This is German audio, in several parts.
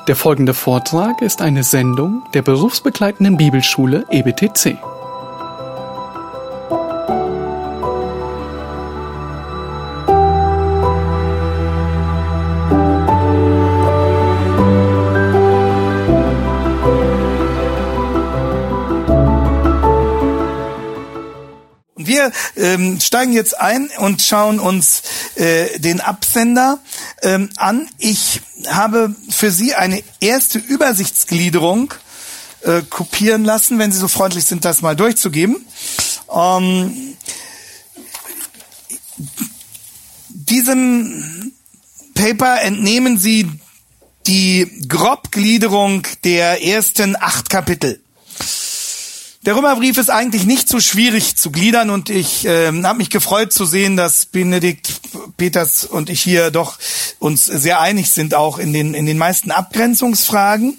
Der folgende Vortrag ist eine Sendung der berufsbegleitenden Bibelschule EBTC. Wir steigen jetzt ein und schauen uns den Absender an. Ich habe für Sie eine erste Übersichtsgliederung kopieren lassen, wenn Sie so freundlich sind, das mal durchzugeben. Diesem Paper entnehmen Sie die Grobgliederung der ersten 8 Kapitel. Der Römerbrief ist eigentlich nicht so schwierig zu gliedern und ich habe mich gefreut zu sehen, dass Benedikt Peters und ich hier doch uns sehr einig sind, auch in den meisten Abgrenzungsfragen.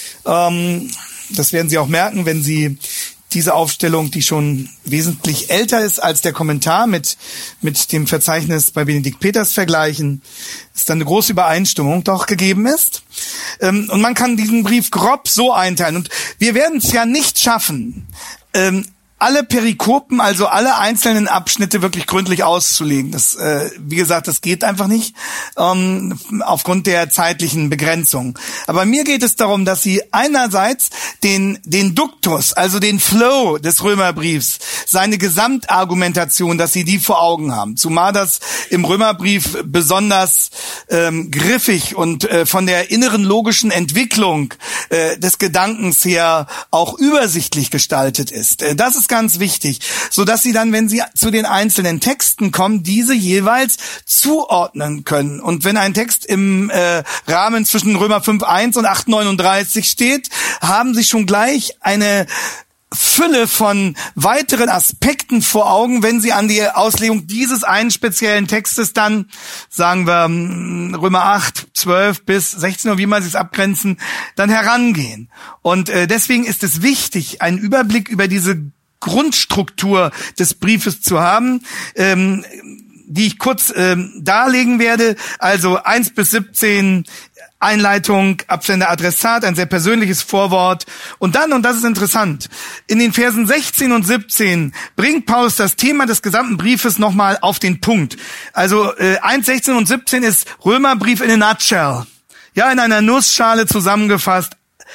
Das werden Sie auch merken, wenn Sie diese Aufstellung, die schon wesentlich älter ist als der Kommentar, mit dem Verzeichnis bei Benedikt Peters vergleichen, ist dann eine große Übereinstimmung doch gegeben ist. Und man kann diesen Brief grob so einteilen. Und wir werden es ja nicht schaffen, alle Perikopen, also alle einzelnen Abschnitte wirklich gründlich auszulegen. Das, wie gesagt, das geht einfach nicht, aufgrund der zeitlichen Begrenzung. Aber mir geht es darum, dass Sie einerseits den Duktus, also den Flow des Römerbriefs, seine Gesamtargumentation, dass Sie die vor Augen haben. Zumal das im Römerbrief besonders griffig und von der inneren logischen Entwicklung des Gedankens her auch übersichtlich gestaltet ist. Das ist ganz wichtig, so dass Sie dann, wenn Sie zu den einzelnen Texten kommen, diese jeweils zuordnen können. Und wenn ein Text im Rahmen zwischen Römer 5,1 und 8,39 steht, haben Sie schon gleich eine Fülle von weiteren Aspekten vor Augen, wenn Sie an die Auslegung dieses einen speziellen Textes dann, sagen wir Römer 8, 12 bis 16 oder wie man es abgrenzen, dann herangehen. Und deswegen ist es wichtig, einen Überblick über diese Grundstruktur des Briefes zu haben, die ich kurz darlegen werde. Also 1 bis 17 Einleitung, Absender, Adressat, ein sehr persönliches Vorwort. Und dann, und das ist interessant, in den Versen 16 und 17 bringt Paulus das Thema des gesamten Briefes nochmal auf den Punkt. Also 1, 16 und 17 ist Römerbrief in a nutshell. Ja, in einer Nussschale zusammengefasst.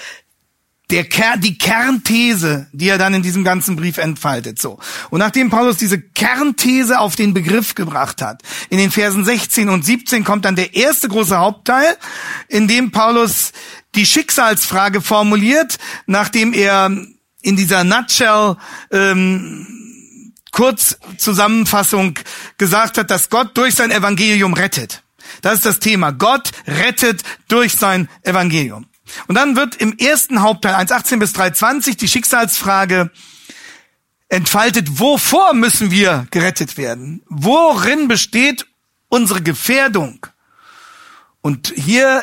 Die Kernthese, die er dann in diesem ganzen Brief entfaltet, so. Und nachdem Paulus diese Kernthese auf den Begriff gebracht hat, in den Versen 16 und 17 kommt dann der erste große Hauptteil, in dem Paulus die Schicksalsfrage formuliert, nachdem er in dieser Nutshell, Kurzzusammenfassung gesagt hat, dass Gott durch sein Evangelium rettet. Das ist das Thema. Gott rettet durch sein Evangelium. Und dann wird im ersten Hauptteil 1,18 bis 3,20 die Schicksalsfrage entfaltet, wovor müssen wir gerettet werden? Worin besteht unsere Gefährdung? Und hier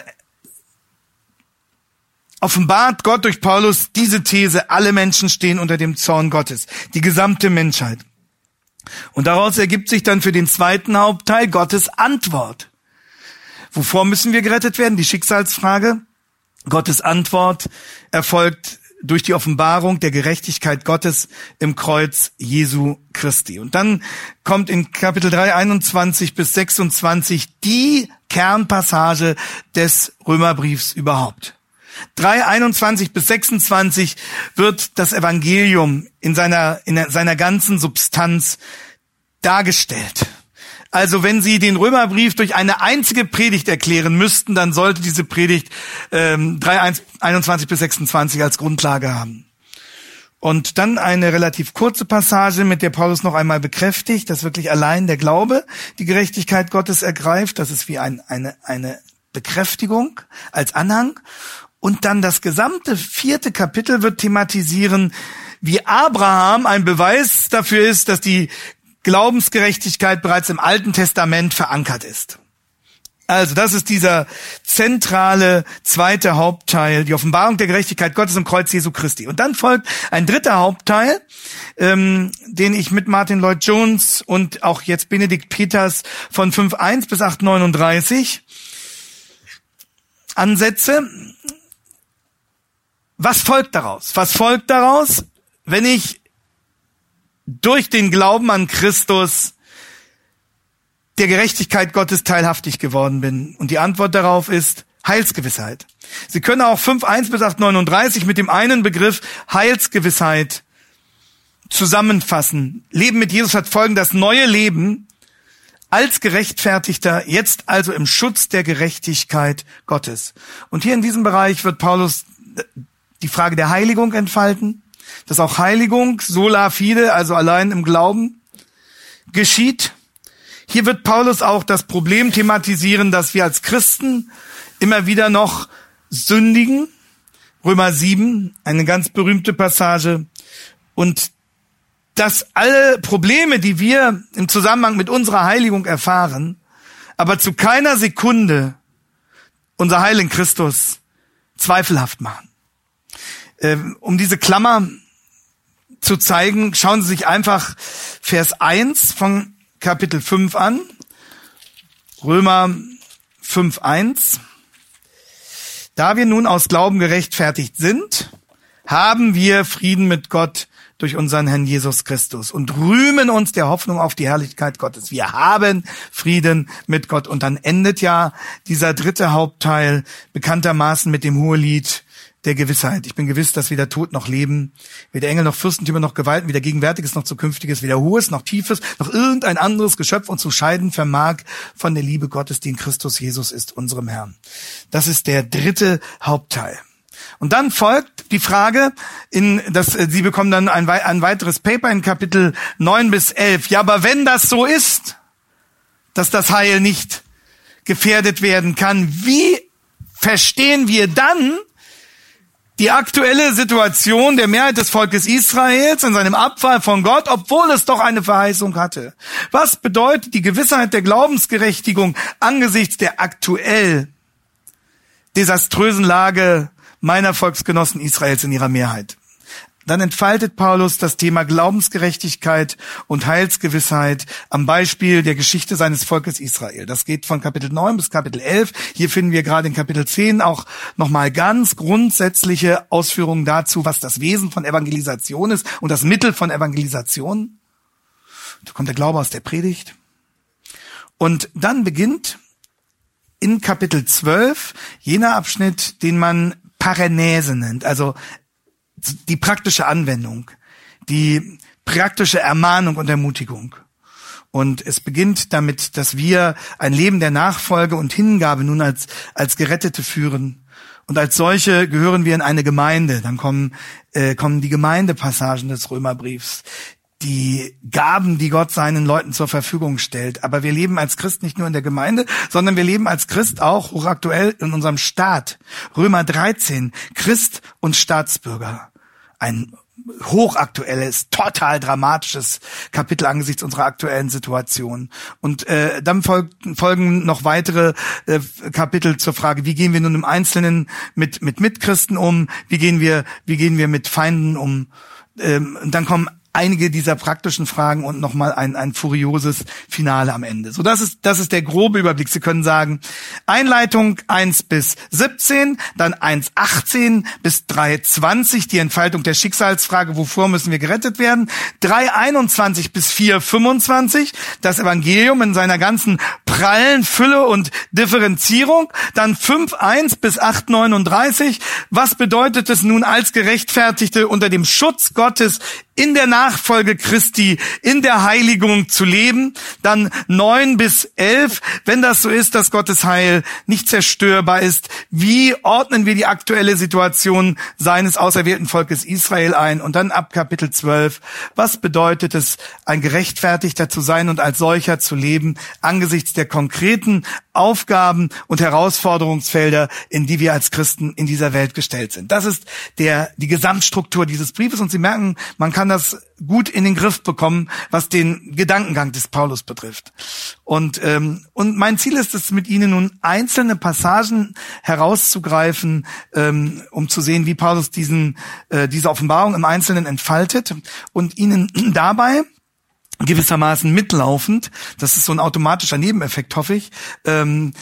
offenbart Gott durch Paulus diese These, alle Menschen stehen unter dem Zorn Gottes, die gesamte Menschheit. Und daraus ergibt sich dann für den zweiten Hauptteil Gottes Antwort. Wovor müssen wir gerettet werden? Die Schicksalsfrage. Gottes Antwort erfolgt durch die Offenbarung der Gerechtigkeit Gottes im Kreuz Jesu Christi. Und dann kommt in Kapitel 3, 21 bis 26 die Kernpassage des Römerbriefs überhaupt. 3, 21 bis 26 wird das Evangelium in seiner ganzen Substanz dargestellt. Also wenn Sie den Römerbrief durch eine einzige Predigt erklären müssten, dann sollte diese Predigt 3, 21 bis 26 als Grundlage haben. Und dann eine relativ kurze Passage, mit der Paulus noch einmal bekräftigt, dass wirklich allein der Glaube die Gerechtigkeit Gottes ergreift. Das ist wie eine Bekräftigung als Anhang. Und dann das gesamte 4. Kapitel wird thematisieren, wie Abraham ein Beweis dafür ist, dass die Glaubensgerechtigkeit bereits im Alten Testament verankert ist. Also das ist dieser zentrale zweite Hauptteil, die Offenbarung der Gerechtigkeit Gottes im Kreuz Jesu Christi. Und dann folgt ein dritter Hauptteil, den ich mit Martin Lloyd-Jones und auch jetzt Benedikt Peters von 5,1 bis 8,39 ansetze. was folgt daraus? Was folgt daraus, wenn ich durch den Glauben an Christus der Gerechtigkeit Gottes teilhaftig geworden bin? Und die Antwort darauf ist Heilsgewissheit. Sie können auch 5,1 bis 8,39 mit dem einen Begriff Heilsgewissheit zusammenfassen. Leben mit Jesus hat Folgen, das neue Leben als Gerechtfertigter, jetzt also im Schutz der Gerechtigkeit Gottes. Und hier in diesem Bereich wird Paulus die Frage der Heiligung entfalten, dass auch Heiligung, sola fide, also allein im Glauben, geschieht. Hier wird Paulus auch das Problem thematisieren, dass wir als Christen immer wieder noch sündigen. Römer 7, eine ganz berühmte Passage. Und dass alle Probleme, die wir im Zusammenhang mit unserer Heiligung erfahren, aber zu keiner Sekunde unser Heil in Christus zweifelhaft machen. Um diese Klammer zu zeigen, schauen Sie sich einfach Vers 1 von Kapitel 5 an. Römer 5,1. Da wir nun aus Glauben gerechtfertigt sind, haben wir Frieden mit Gott durch unseren Herrn Jesus Christus und rühmen uns der Hoffnung auf die Herrlichkeit Gottes. Wir haben Frieden mit Gott. Und dann endet ja dieser dritte Hauptteil bekanntermaßen mit dem Hohelied der Gewissheit. Ich bin gewiss, dass weder Tod noch Leben, weder Engel noch Fürstentümer noch Gewalten, weder Gegenwärtiges noch Zukünftiges, weder Hohes noch Tiefes, noch irgendein anderes Geschöpf uns zu scheiden vermag von der Liebe Gottes, die in Christus Jesus ist, unserem Herrn. Das ist der dritte Hauptteil. Und dann folgt die Frage, Sie bekommen dann ein weiteres Paper in Kapitel 9 bis 11. Ja, aber wenn das so ist, dass das Heil nicht gefährdet werden kann, wie verstehen wir dann die aktuelle Situation der Mehrheit des Volkes Israels in seinem Abfall von Gott, obwohl es doch eine Verheißung hatte? Was bedeutet die Gewissheit der Glaubensgerechtigung angesichts der aktuell desaströsen Lage meiner Volksgenossen Israels in ihrer Mehrheit? Dann entfaltet Paulus das Thema Glaubensgerechtigkeit und Heilsgewissheit am Beispiel der Geschichte seines Volkes Israel. Das geht von Kapitel 9 bis Kapitel 11. Hier finden wir gerade in Kapitel 10 auch nochmal ganz grundsätzliche Ausführungen dazu, was das Wesen von Evangelisation ist und das Mittel von Evangelisation. Da kommt der Glaube aus der Predigt. Und dann beginnt in Kapitel 12 jener Abschnitt, den man Parenese nennt, also die praktische Anwendung, die praktische Ermahnung und Ermutigung. Und es beginnt damit, dass wir ein Leben der Nachfolge und Hingabe nun als Gerettete führen. Und als solche gehören wir in eine Gemeinde. Dann kommen die Gemeindepassagen des Römerbriefs, die Gaben, die Gott seinen Leuten zur Verfügung stellt. Aber wir leben als Christ nicht nur in der Gemeinde, sondern wir leben als Christ auch hochaktuell in unserem Staat. Römer 13, Christ und Staatsbürger. Ein hochaktuelles, total dramatisches Kapitel angesichts unserer aktuellen Situation. Und dann folgen noch weitere Kapitel zur Frage, wie gehen wir nun im Einzelnen mit Mitchristen um, wie gehen wir mit Feinden um. Und dann kommen einige dieser praktischen Fragen und nochmal ein furioses Finale am Ende. So, das ist der grobe Überblick. Sie können sagen, Einleitung 1 bis 17, dann 1,18 bis 3,20, die Entfaltung der Schicksalsfrage, wovor müssen wir gerettet werden, 3,21 bis 4,25, das Evangelium in seiner ganzen prallen Fülle und Differenzierung, dann 5,1 bis 8,39, was bedeutet es nun als Gerechtfertigte unter dem Schutz Gottes in der Nachfolge Christi, in der Heiligung zu leben. Dann 9 bis 11, wenn das so ist, dass Gottes Heil nicht zerstörbar ist, wie ordnen wir die aktuelle Situation seines auserwählten Volkes Israel ein? Und dann ab Kapitel 12, was bedeutet es, ein Gerechtfertigter zu sein und als solcher zu leben, angesichts der konkreten Aufgaben und Herausforderungsfelder, in die wir als Christen in dieser Welt gestellt sind. Das ist die Gesamtstruktur dieses Briefes, und Sie merken, man kann das gut in den Griff bekommen, was den Gedankengang des Paulus betrifft. Und mein Ziel ist es, mit Ihnen nun einzelne Passagen herauszugreifen, um zu sehen, wie Paulus diese Offenbarung im Einzelnen entfaltet und Ihnen dabei gewissermaßen mitlaufend, das ist so ein automatischer Nebeneffekt, hoffe ich,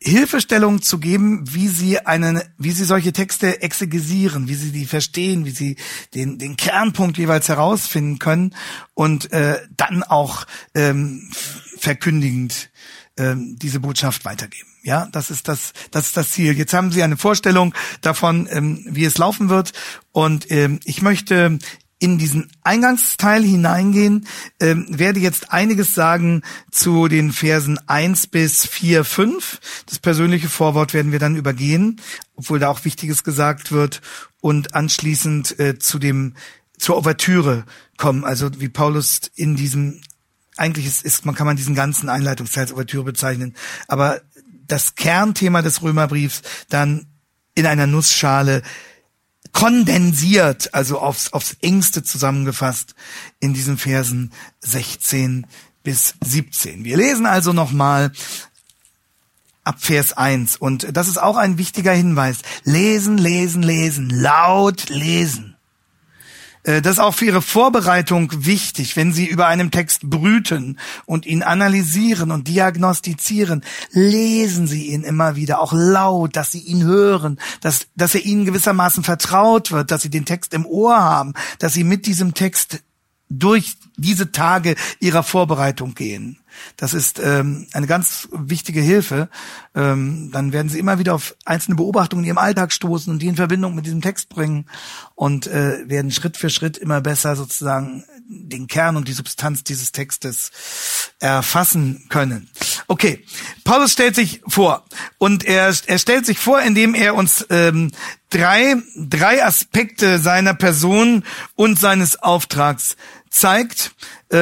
Hilfestellung zu geben, wie sie solche Texte exegesieren, wie sie die verstehen, wie sie den Kernpunkt jeweils herausfinden können und dann auch verkündigend diese Botschaft weitergeben. Ja, das ist das Ziel. Jetzt haben Sie eine Vorstellung davon, wie es laufen wird, und ich möchte in diesen Eingangsteil hineingehen, werde jetzt einiges sagen zu den Versen 1 bis 4, 5. Das persönliche Vorwort werden wir dann übergehen, obwohl da auch Wichtiges gesagt wird, und anschließend zur Ouvertüre kommen, also wie Paulus in diesem, eigentlich kann man diesen ganzen Einleitungsteil als Ouvertüre bezeichnen, aber das Kernthema des Römerbriefs dann in einer Nussschale kondensiert, also aufs Engste zusammengefasst in diesen Versen 16 bis 17. Wir lesen also nochmal ab Vers 1, und das ist auch ein wichtiger Hinweis. Lesen, lesen, lesen, laut lesen. Das ist auch für Ihre Vorbereitung wichtig, wenn Sie über einem Text brüten und ihn analysieren und diagnostizieren. Lesen Sie ihn immer wieder, auch laut, dass Sie ihn hören, dass er Ihnen gewissermaßen vertraut wird, dass Sie den Text im Ohr haben, dass Sie mit diesem Text durch diese Tage Ihrer Vorbereitung gehen. Das ist eine ganz wichtige Hilfe. Dann werden Sie immer wieder auf einzelne Beobachtungen in Ihrem Alltag stoßen und die in Verbindung mit diesem Text bringen und werden Schritt für Schritt immer besser sozusagen den Kern und die Substanz dieses Textes erfassen können. Okay, Paulus stellt sich vor, und er stellt sich vor, indem er uns drei Aspekte seiner Person und seines Auftrags zeigt.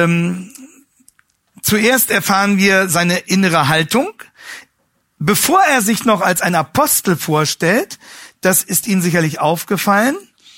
Zuerst erfahren wir seine innere Haltung. Bevor er sich noch als ein Apostel vorstellt, das ist Ihnen sicherlich aufgefallen,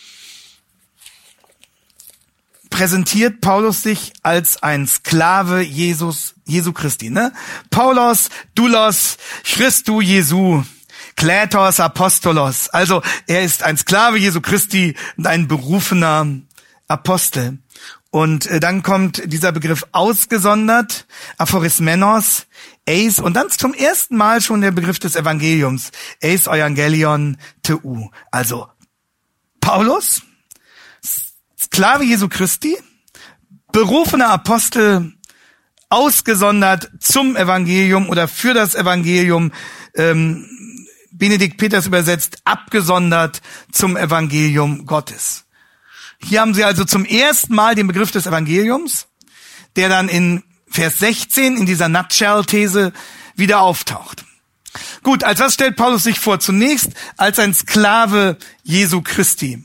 präsentiert Paulus sich als ein Sklave Jesu Christi. Ne? Paulos, Doulos, Christou Jesu, Kletos, Apostolos. Also er ist ein Sklave Jesu Christi und ein berufener Apostel. Und dann kommt dieser Begriff ausgesondert, Aphorismenos, eis, und dann zum ersten Mal schon der Begriff des Evangeliums, eis Evangelion Theou. Also Paulus, Sklave Jesu Christi, berufener Apostel, ausgesondert zum Evangelium oder für das Evangelium, Benedikt Peters übersetzt, abgesondert zum Evangelium Gottes. Hier haben Sie also zum ersten Mal den Begriff des Evangeliums, der dann in Vers 16 in dieser Nutshell-These wieder auftaucht. Gut, als was stellt Paulus sich vor? Zunächst als ein Sklave Jesu Christi.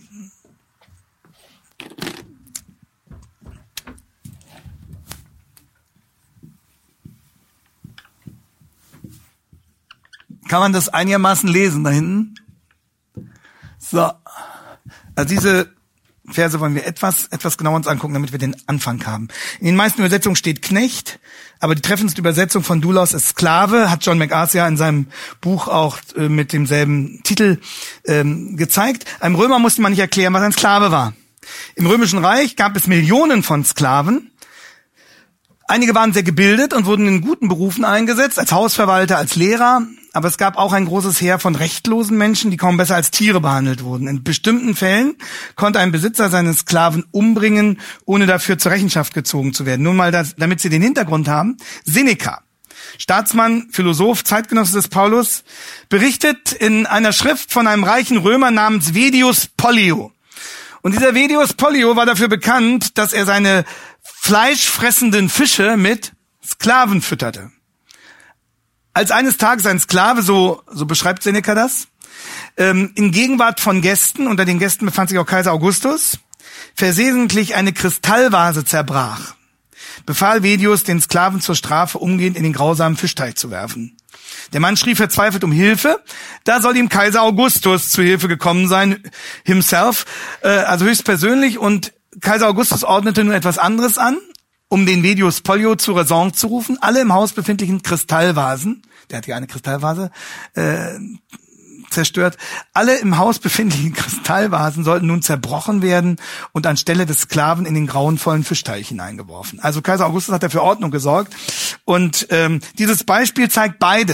Kann man das einigermaßen lesen da hinten? So, also diese Verse wollen wir etwas genauer uns angucken, damit wir den Anfang haben. In den meisten Übersetzungen steht Knecht, aber die treffendste Übersetzung von Doulos ist Sklave, hat John MacArthur in seinem Buch auch mit demselben Titel gezeigt. Einem Römer musste man nicht erklären, was ein Sklave war. Im Römischen Reich gab es Millionen von Sklaven. Einige waren sehr gebildet und wurden in guten Berufen eingesetzt, als Hausverwalter, als Lehrer. Aber es gab auch ein großes Heer von rechtlosen Menschen, die kaum besser als Tiere behandelt wurden. In bestimmten Fällen konnte ein Besitzer seinen Sklaven umbringen, ohne dafür zur Rechenschaft gezogen zu werden. Nun mal, damit Sie den Hintergrund haben. Seneca, Staatsmann, Philosoph, Zeitgenosse des Paulus, berichtet in einer Schrift von einem reichen Römer namens Vedius Pollio. Und dieser Vedius Pollio war dafür bekannt, dass er seine fleischfressenden Fische mit Sklaven fütterte. Als eines Tages ein Sklave, so beschreibt Seneca das, in Gegenwart von Gästen, unter den Gästen befand sich auch Kaiser Augustus, versehentlich eine Kristallvase zerbrach, befahl Vedius, den Sklaven zur Strafe umgehend in den grausamen Fischteich zu werfen. Der Mann schrie verzweifelt um Hilfe, da soll ihm Kaiser Augustus zu Hilfe gekommen sein, himself, also höchstpersönlich, und Kaiser Augustus ordnete nun etwas anderes an, um den Vedius Pollio zur Raison zu rufen. Alle im Haus befindlichen Kristallvasen, der hat hier eine Kristallvase zerstört, alle im Haus befindlichen Kristallvasen sollten nun zerbrochen werden und anstelle des Sklaven in den grauenvollen Fischteich hineingeworfen. Also Kaiser Augustus hat dafür Ordnung gesorgt, und dieses Beispiel zeigt beides.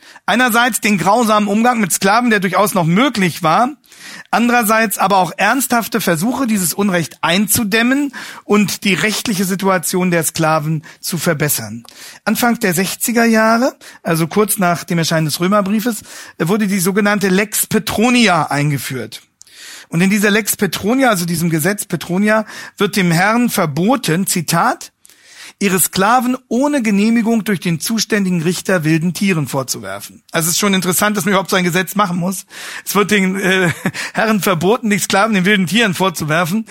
Einerseits den grausamen Umgang mit Sklaven, der durchaus noch möglich war. Andererseits aber auch ernsthafte Versuche, dieses Unrecht einzudämmen und die rechtliche Situation der Sklaven zu verbessern. Anfang der 60er Jahre, also kurz nach dem Erscheinen des Römerbriefes, wurde die sogenannte Lex Petronia eingeführt. Und in dieser Lex Petronia, also diesem Gesetz Petronia, wird dem Herrn verboten, Zitat, ihre Sklaven ohne Genehmigung durch den zuständigen Richter wilden Tieren vorzuwerfen. Also es ist schon interessant, dass man überhaupt so ein Gesetz machen muss. Es wird den Herren verboten, die Sklaven den wilden Tieren vorzuwerfen.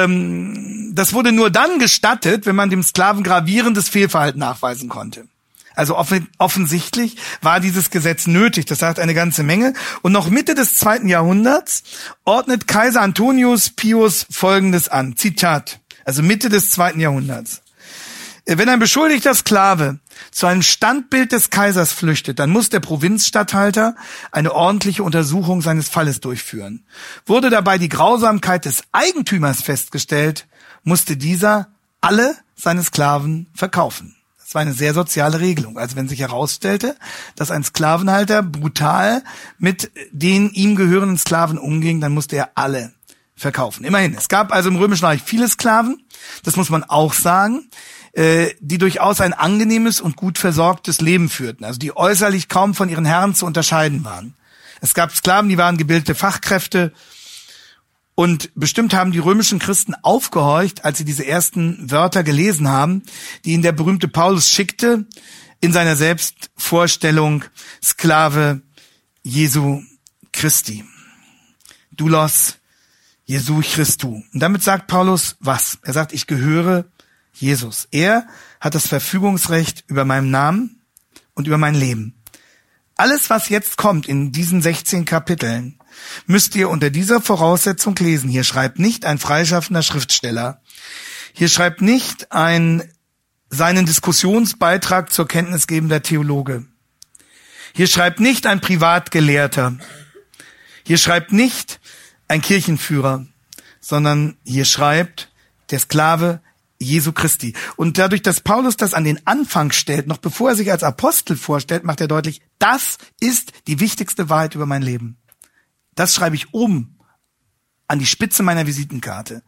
Das wurde nur dann gestattet, wenn man dem Sklaven gravierendes Fehlverhalten nachweisen konnte. Also offensichtlich war dieses Gesetz nötig. Das sagt eine ganze Menge. Und noch Mitte des 2. Jahrhunderts ordnet Kaiser Antonius Pius Folgendes an. Zitat. Also Mitte des 2. Jahrhunderts. Wenn ein beschuldigter Sklave zu einem Standbild des Kaisers flüchtet, dann muss der Provinzstatthalter eine ordentliche Untersuchung seines Falles durchführen. Wurde dabei die Grausamkeit des Eigentümers festgestellt, musste dieser alle seine Sklaven verkaufen. Das war eine sehr soziale Regelung. Also wenn sich herausstellte, dass ein Sklavenhalter brutal mit den ihm gehörenden Sklaven umging, dann musste er alle verkaufen. Immerhin, es gab also im Römischen Reich viele Sklaven, das muss man auch sagen, die durchaus ein angenehmes und gut versorgtes Leben führten, also die äußerlich kaum von ihren Herren zu unterscheiden waren. Es gab Sklaven, die waren gebildete Fachkräfte und bestimmt haben die römischen Christen aufgehorcht, als sie diese ersten Wörter gelesen haben, die ihnen der berühmte Paulus schickte in seiner Selbstvorstellung Sklave Jesu Christi. Doulos Jesu Christu. Und damit sagt Paulus was? Er sagt, ich gehöre Jesus. Er hat das Verfügungsrecht über meinen Namen und über mein Leben. Alles, was jetzt kommt in diesen 16 Kapiteln, müsst ihr unter dieser Voraussetzung lesen. Hier schreibt nicht ein freischaffender Schriftsteller. Hier schreibt nicht seinen Diskussionsbeitrag zur kenntnisgebender Theologe. Hier schreibt nicht ein Privatgelehrter. Hier schreibt nicht ein Kirchenführer, sondern hier schreibt der Sklave Jesu Christi. Und dadurch, dass Paulus das an den Anfang stellt, noch bevor er sich als Apostel vorstellt, macht er deutlich, das ist die wichtigste Wahrheit über mein Leben. Das schreibe ich oben an die Spitze meiner Visitenkarte.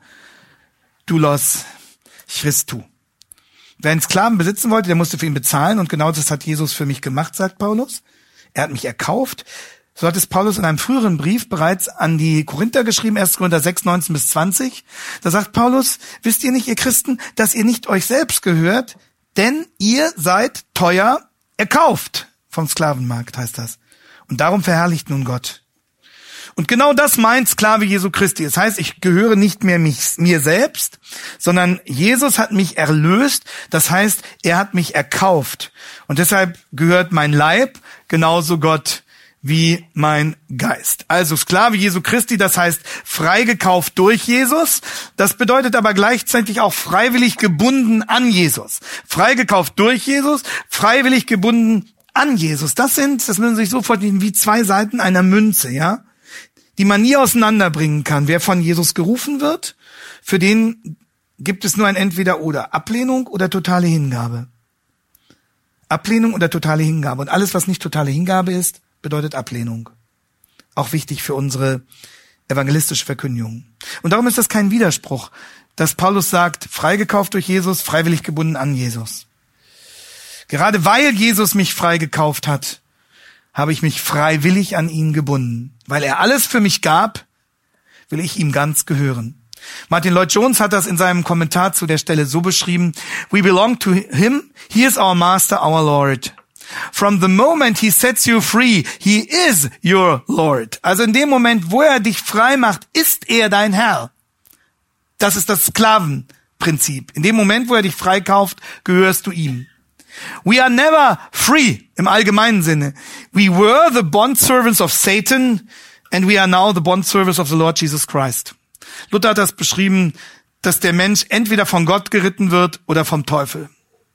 Doulos Christu. Wer einen Sklaven besitzen wollte, der musste für ihn bezahlen. Und genau das hat Jesus für mich gemacht, sagt Paulus. Er hat mich erkauft. So hat es Paulus in einem früheren Brief bereits an die Korinther geschrieben, 1. Korinther 6, 19 bis 20. Da sagt Paulus, wisst ihr nicht, ihr Christen, dass ihr nicht euch selbst gehört, denn ihr seid teuer erkauft. Vom Sklavenmarkt heißt das. Und darum verherrlicht nun Gott. Und genau das meint Sklave Jesu Christi. Das heißt, ich gehöre nicht mehr mir selbst, sondern Jesus hat mich erlöst. Das heißt, er hat mich erkauft. Und deshalb gehört mein Leib genauso Gott wie mein Geist. Also Sklave Jesu Christi, das heißt freigekauft durch Jesus. Das bedeutet aber gleichzeitig auch freiwillig gebunden an Jesus. Freigekauft durch Jesus, freiwillig gebunden an Jesus. Das müssen Sie sich so vorstellen, wie zwei Seiten einer Münze, ja, die man nie auseinanderbringen kann. Wer von Jesus gerufen wird, für den gibt es nur ein Entweder-Oder. Ablehnung oder totale Hingabe. Ablehnung oder totale Hingabe. Und alles, was nicht totale Hingabe ist, bedeutet Ablehnung. Auch wichtig für unsere evangelistische Verkündigung. Und darum ist das kein Widerspruch, dass Paulus sagt, freigekauft durch Jesus, freiwillig gebunden an Jesus. Gerade weil Jesus mich freigekauft hat, habe ich mich freiwillig an ihn gebunden. Weil er alles für mich gab, will ich ihm ganz gehören. Martin Lloyd-Jones hat das in seinem Kommentar zu der Stelle so beschrieben: We belong to him, he is our master, our Lord. From the moment he sets you free, he is your Lord. Also in dem Moment, wo er dich frei macht, ist er dein Herr. Das ist das Sklavenprinzip. In dem Moment, wo er dich freikauft, gehörst du ihm. We are never free im allgemeinen Sinne. We were the bondservants of Satan and we are now the bondservants of the Lord Jesus Christ. Luther hat das beschrieben, dass der Mensch entweder von Gott geritten wird oder vom Teufel.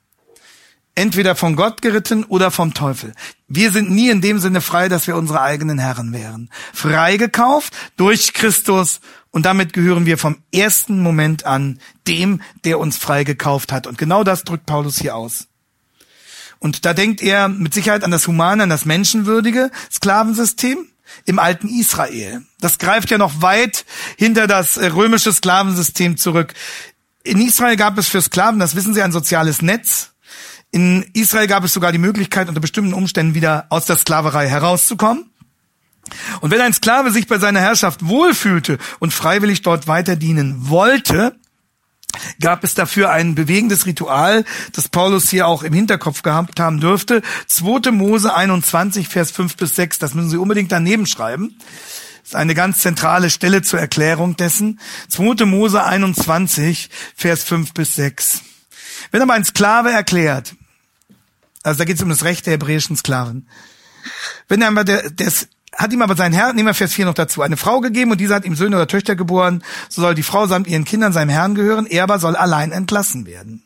Entweder von Gott geritten oder vom Teufel. Wir sind nie in dem Sinne frei, dass wir unsere eigenen Herren wären. Freigekauft durch Christus und damit gehören wir vom ersten Moment an dem, der uns freigekauft hat. Und genau das drückt Paulus hier aus. Und da denkt er mit Sicherheit an das humane, an das menschenwürdige Sklavensystem im alten Israel. Das greift ja noch weit hinter das römische Sklavensystem zurück. In Israel gab es für Sklaven, das wissen Sie, ein soziales Netz. In Israel gab es sogar die Möglichkeit, unter bestimmten Umständen wieder aus der Sklaverei herauszukommen. Und wenn ein Sklave sich bei seiner Herrschaft wohlfühlte und freiwillig dort weiter dienen wollte, gab es dafür ein bewegendes Ritual, das Paulus hier auch im Hinterkopf gehabt haben dürfte. 2. Mose 21, Vers 5-6, das müssen Sie unbedingt daneben schreiben. Das ist eine ganz zentrale Stelle zur Erklärung dessen. 2. Mose 21, Vers 5-6. Wenn aber ein Sklave erklärt, also da geht es um das Recht der hebräischen Sklaven, wenn er aber hat ihm aber sein Herr, nehmen wir Vers 4 noch dazu, eine Frau gegeben und diese hat ihm Söhne oder Töchter geboren, so soll die Frau samt ihren Kindern seinem Herrn gehören, er aber soll allein entlassen werden.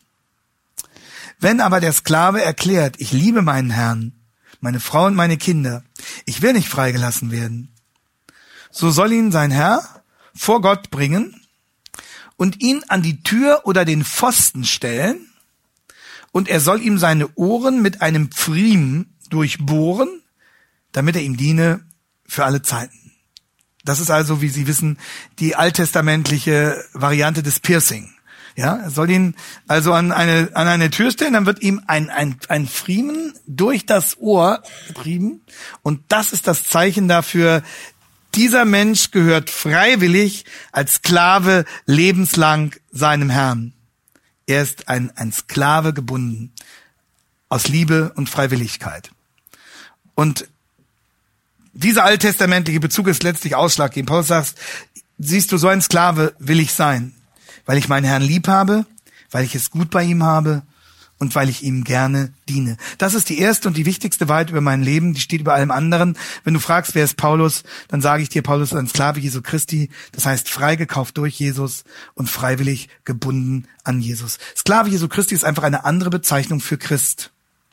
Wenn aber der Sklave erklärt, ich liebe meinen Herrn, meine Frau und meine Kinder, ich will nicht freigelassen werden, so soll ihn sein Herr vor Gott bringen und ihn an die Tür oder den Pfosten stellen und er soll ihm seine Ohren mit einem Pfriem durchbohren, damit er ihm diene für alle Zeiten. Das ist also, wie Sie wissen, die alttestamentliche Variante des Piercing. Ja, er soll ihn also an eine Tür stellen, dann wird ihm ein Pfriemen durch das Ohr getrieben und das ist das Zeichen dafür, dieser Mensch gehört freiwillig als Sklave lebenslang seinem Herrn. Er ist ein Sklave gebunden aus Liebe und Freiwilligkeit. Und dieser alttestamentliche Bezug ist letztlich ausschlaggebend. Paulus sagt, siehst du, so ein Sklave will ich sein, weil ich meinen Herrn lieb habe, weil ich es gut bei ihm habe und weil ich ihm gerne diene. Das ist die erste und die wichtigste Wahrheit über mein Leben, die steht über allem anderen. Wenn du fragst, wer ist Paulus, dann sage ich dir, Paulus ist ein Sklave Jesu Christi, das heißt freigekauft durch Jesus und freiwillig gebunden an Jesus. Sklave Jesu Christi ist einfach eine andere Bezeichnung für Christ.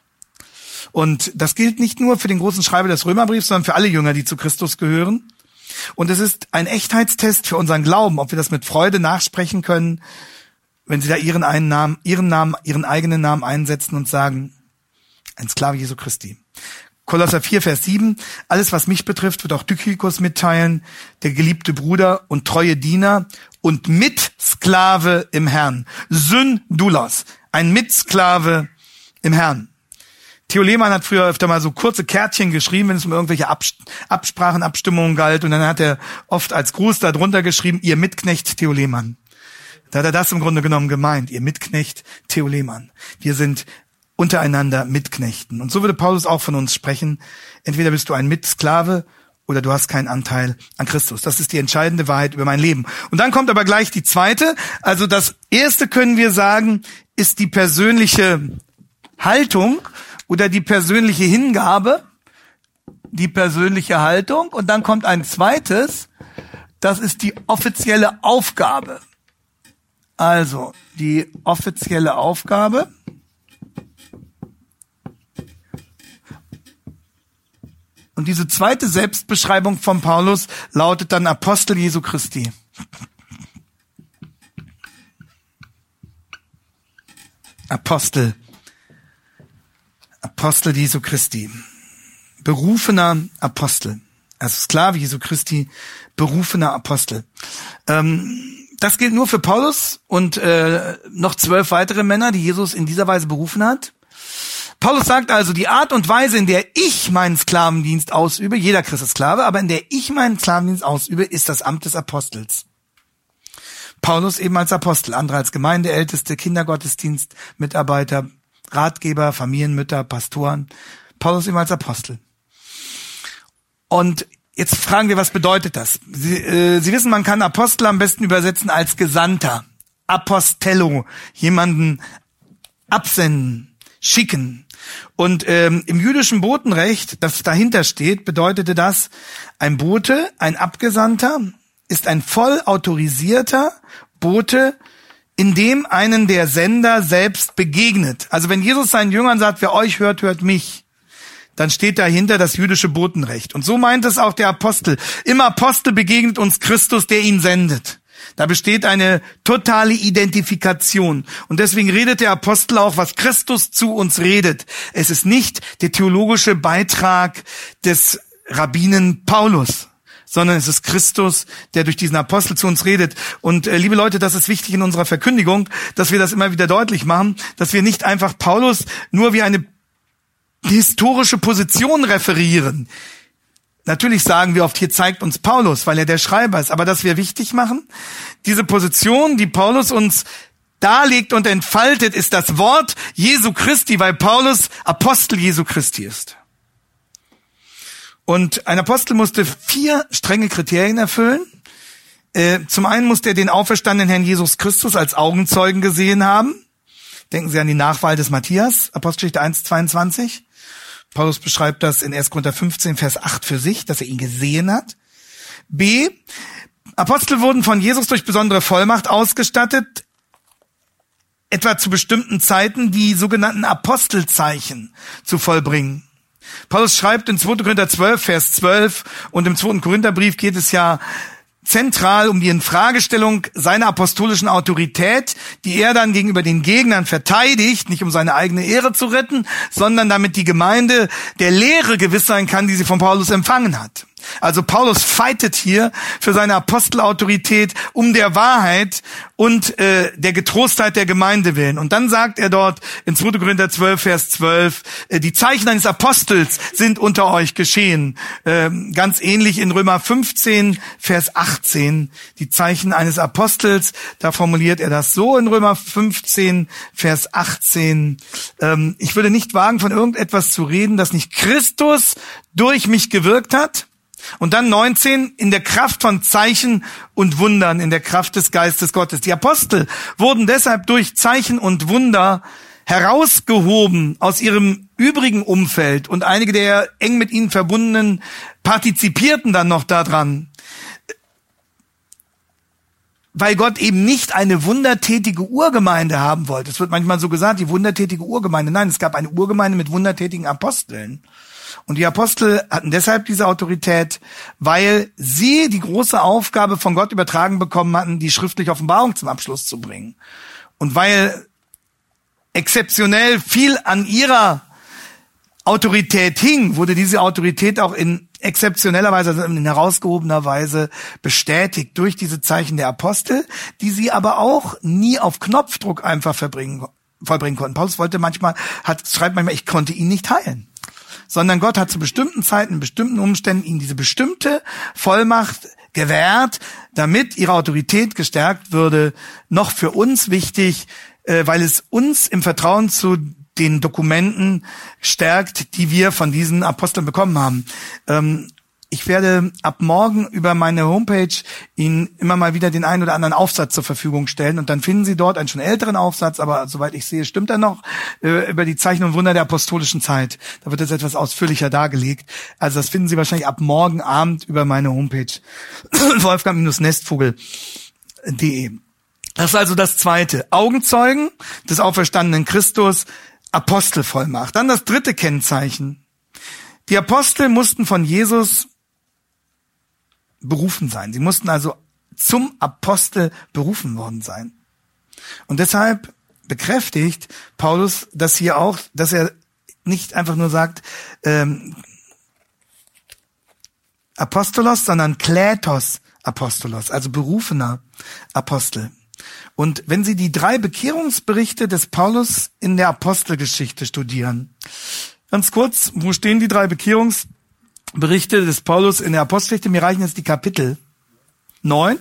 Und das gilt nicht nur für den großen Schreiber des Römerbriefs, sondern für alle Jünger, die zu Christus gehören. Und es ist ein Echtheitstest für unseren Glauben, ob wir das mit Freude nachsprechen können, wenn Sie da Ihren eigenen Namen einsetzen und sagen, ein Sklave Jesu Christi. Kolosser 4, Vers 7, alles, was mich betrifft, wird auch Tychicus mitteilen, der geliebte Bruder und treue Diener und Mitsklave im Herrn. Syndulos, ein Mitsklave im Herrn. Theo Lehmann hat früher öfter mal so kurze Kärtchen geschrieben, wenn es um irgendwelche Absprachen, Abstimmungen galt. Und dann hat er oft als Gruß da drunter geschrieben, ihr Mitknecht Theo Lehmann. Da hat er das im Grunde genommen gemeint, ihr Mitknecht Theo Lehmann. Wir sind untereinander Mitknechten. Und so würde Paulus auch von uns sprechen. Entweder bist du ein Mitsklave oder du hast keinen Anteil an Christus. Das ist die entscheidende Wahrheit über mein Leben. Und dann kommt aber gleich die zweite. Also das erste, können wir sagen, ist die persönliche Haltung oder die persönliche Hingabe, die persönliche Haltung. Und dann kommt ein zweites, das ist die offizielle Aufgabe. Also die offizielle Aufgabe. Und diese zweite Selbstbeschreibung von Paulus lautet dann Apostel Jesu Christi. Apostel Jesu Christi. Berufener Apostel. Also Sklave Jesu Christi, berufener Apostel. Das gilt nur für Paulus und noch 12 weitere Männer, die Jesus in dieser Weise berufen hat. Paulus sagt also, die Art und Weise, in der ich meinen Sklavendienst ausübe, jeder Christ ist Sklave, aber in der ich meinen Sklavendienst ausübe, ist das Amt des Apostels. Paulus eben als Apostel, andere als Gemeindeälteste, Kindergottesdienst, Mitarbeiter, Ratgeber, Familienmütter, Pastoren. Paulus eben als Apostel. Und jetzt fragen wir, was bedeutet das? Sie wissen, man kann Apostel am besten übersetzen als Gesandter. Apostello, jemanden absenden, schicken. Und im jüdischen Botenrecht, das dahinter steht, bedeutete das, ein Bote, ein Abgesandter, ist ein voll autorisierter Bote, in dem einen der Sender selbst begegnet. Also wenn Jesus seinen Jüngern sagt, wer euch hört, hört mich, dann steht dahinter das jüdische Botenrecht. Und so meint es auch der Apostel. Im Apostel begegnet uns Christus, der ihn sendet. Da besteht eine totale Identifikation. Und deswegen redet der Apostel auch, was Christus zu uns redet. Es ist nicht der theologische Beitrag des Rabbinen Paulus, sondern es ist Christus, der durch diesen Apostel zu uns redet. Und liebe Leute, das ist wichtig in unserer Verkündigung, dass wir das immer wieder deutlich machen, dass wir nicht einfach Paulus nur wie eine historische Position referieren. Natürlich sagen wir oft, hier zeigt uns Paulus, weil er der Schreiber ist, aber dass wir wichtig machen, diese Position, die Paulus uns darlegt und entfaltet, ist das Wort Jesu Christi, weil Paulus Apostel Jesu Christi ist. Und ein Apostel musste 4 strenge Kriterien erfüllen. Zum einen musste er den auferstandenen Herrn Jesus Christus als Augenzeugen gesehen haben. Denken Sie an die Nachwahl des Matthias, Apostelgeschichte 1,22. Paulus beschreibt das in 1. Korinther 15, Vers 8 für sich, dass er ihn gesehen hat. B. Apostel wurden von Jesus durch besondere Vollmacht ausgestattet, etwa zu bestimmten Zeiten die sogenannten Apostelzeichen zu vollbringen. Paulus schreibt in 2. Korinther 12, Vers 12 und im 2. Korintherbrief geht es ja zentral um die Infragestellung seiner apostolischen Autorität, die er dann gegenüber den Gegnern verteidigt, nicht um seine eigene Ehre zu retten, sondern damit die Gemeinde der Lehre gewiss sein kann, die sie von Paulus empfangen hat. Also Paulus fightet hier für seine Apostelautorität um der Wahrheit und der Getrostheit der Gemeinde willen. Und dann sagt er dort in 2. Korinther 12, Vers 12, die Zeichen eines Apostels sind unter euch geschehen. Ganz ähnlich in Römer 15, Vers 18, die Zeichen eines Apostels. Da formuliert er das so in Römer 15, Vers 18. Ich würde nicht wagen, von irgendetwas zu reden, das nicht Christus durch mich gewirkt hat. Und dann 19, in der Kraft von Zeichen und Wundern, in der Kraft des Geistes Gottes. Die Apostel wurden deshalb durch Zeichen und Wunder herausgehoben aus ihrem übrigen Umfeld und einige der eng mit ihnen verbundenen partizipierten dann noch daran, weil Gott eben nicht eine wundertätige Urgemeinde haben wollte. Es wird manchmal so gesagt, die wundertätige Urgemeinde. Nein, es gab eine Urgemeinde mit wundertätigen Aposteln. Und die Apostel hatten deshalb diese Autorität, weil sie die große Aufgabe von Gott übertragen bekommen hatten, die schriftliche Offenbarung zum Abschluss zu bringen. Und weil exzeptionell viel an ihrer Autorität hing, wurde diese Autorität auch in exzeptioneller Weise, also in herausgehobener Weise bestätigt durch diese Zeichen der Apostel, die sie aber auch nie auf Knopfdruck einfach vollbringen konnten. Paulus schreibt manchmal, ich konnte ihn nicht heilen. Sondern Gott hat zu bestimmten Zeiten, in bestimmten Umständen ihnen diese bestimmte Vollmacht gewährt, damit ihre Autorität gestärkt würde. Noch für uns wichtig, weil es uns im Vertrauen zu den Dokumenten stärkt, die wir von diesen Aposteln bekommen haben. Ich werde ab morgen über meine Homepage Ihnen immer mal wieder den einen oder anderen Aufsatz zur Verfügung stellen und dann finden Sie dort einen schon älteren Aufsatz, aber soweit ich sehe, stimmt er noch, über die Zeichen und Wunder der apostolischen Zeit. Da wird es etwas ausführlicher dargelegt. Also das finden Sie wahrscheinlich ab morgen Abend über meine Homepage wolfgang-nestvogel.de. Das ist also das Zweite. Augenzeugen des auferstandenen Christus, Apostelvollmacht. Dann das dritte Kennzeichen. Die Apostel mussten von Jesus berufen sein. Sie mussten also zum Apostel berufen worden sein. Und deshalb bekräftigt Paulus das hier auch, dass er nicht einfach nur sagt Apostolos, sondern Kletos Apostolos, also berufener Apostel. Und wenn Sie die 3 Bekehrungsberichte des Paulus in der Apostelgeschichte studieren, ganz kurz, wo stehen die 3 Bekehrungsberichte des Paulus in der Apostelgeschichte? Mir reichen jetzt die Kapitel 9,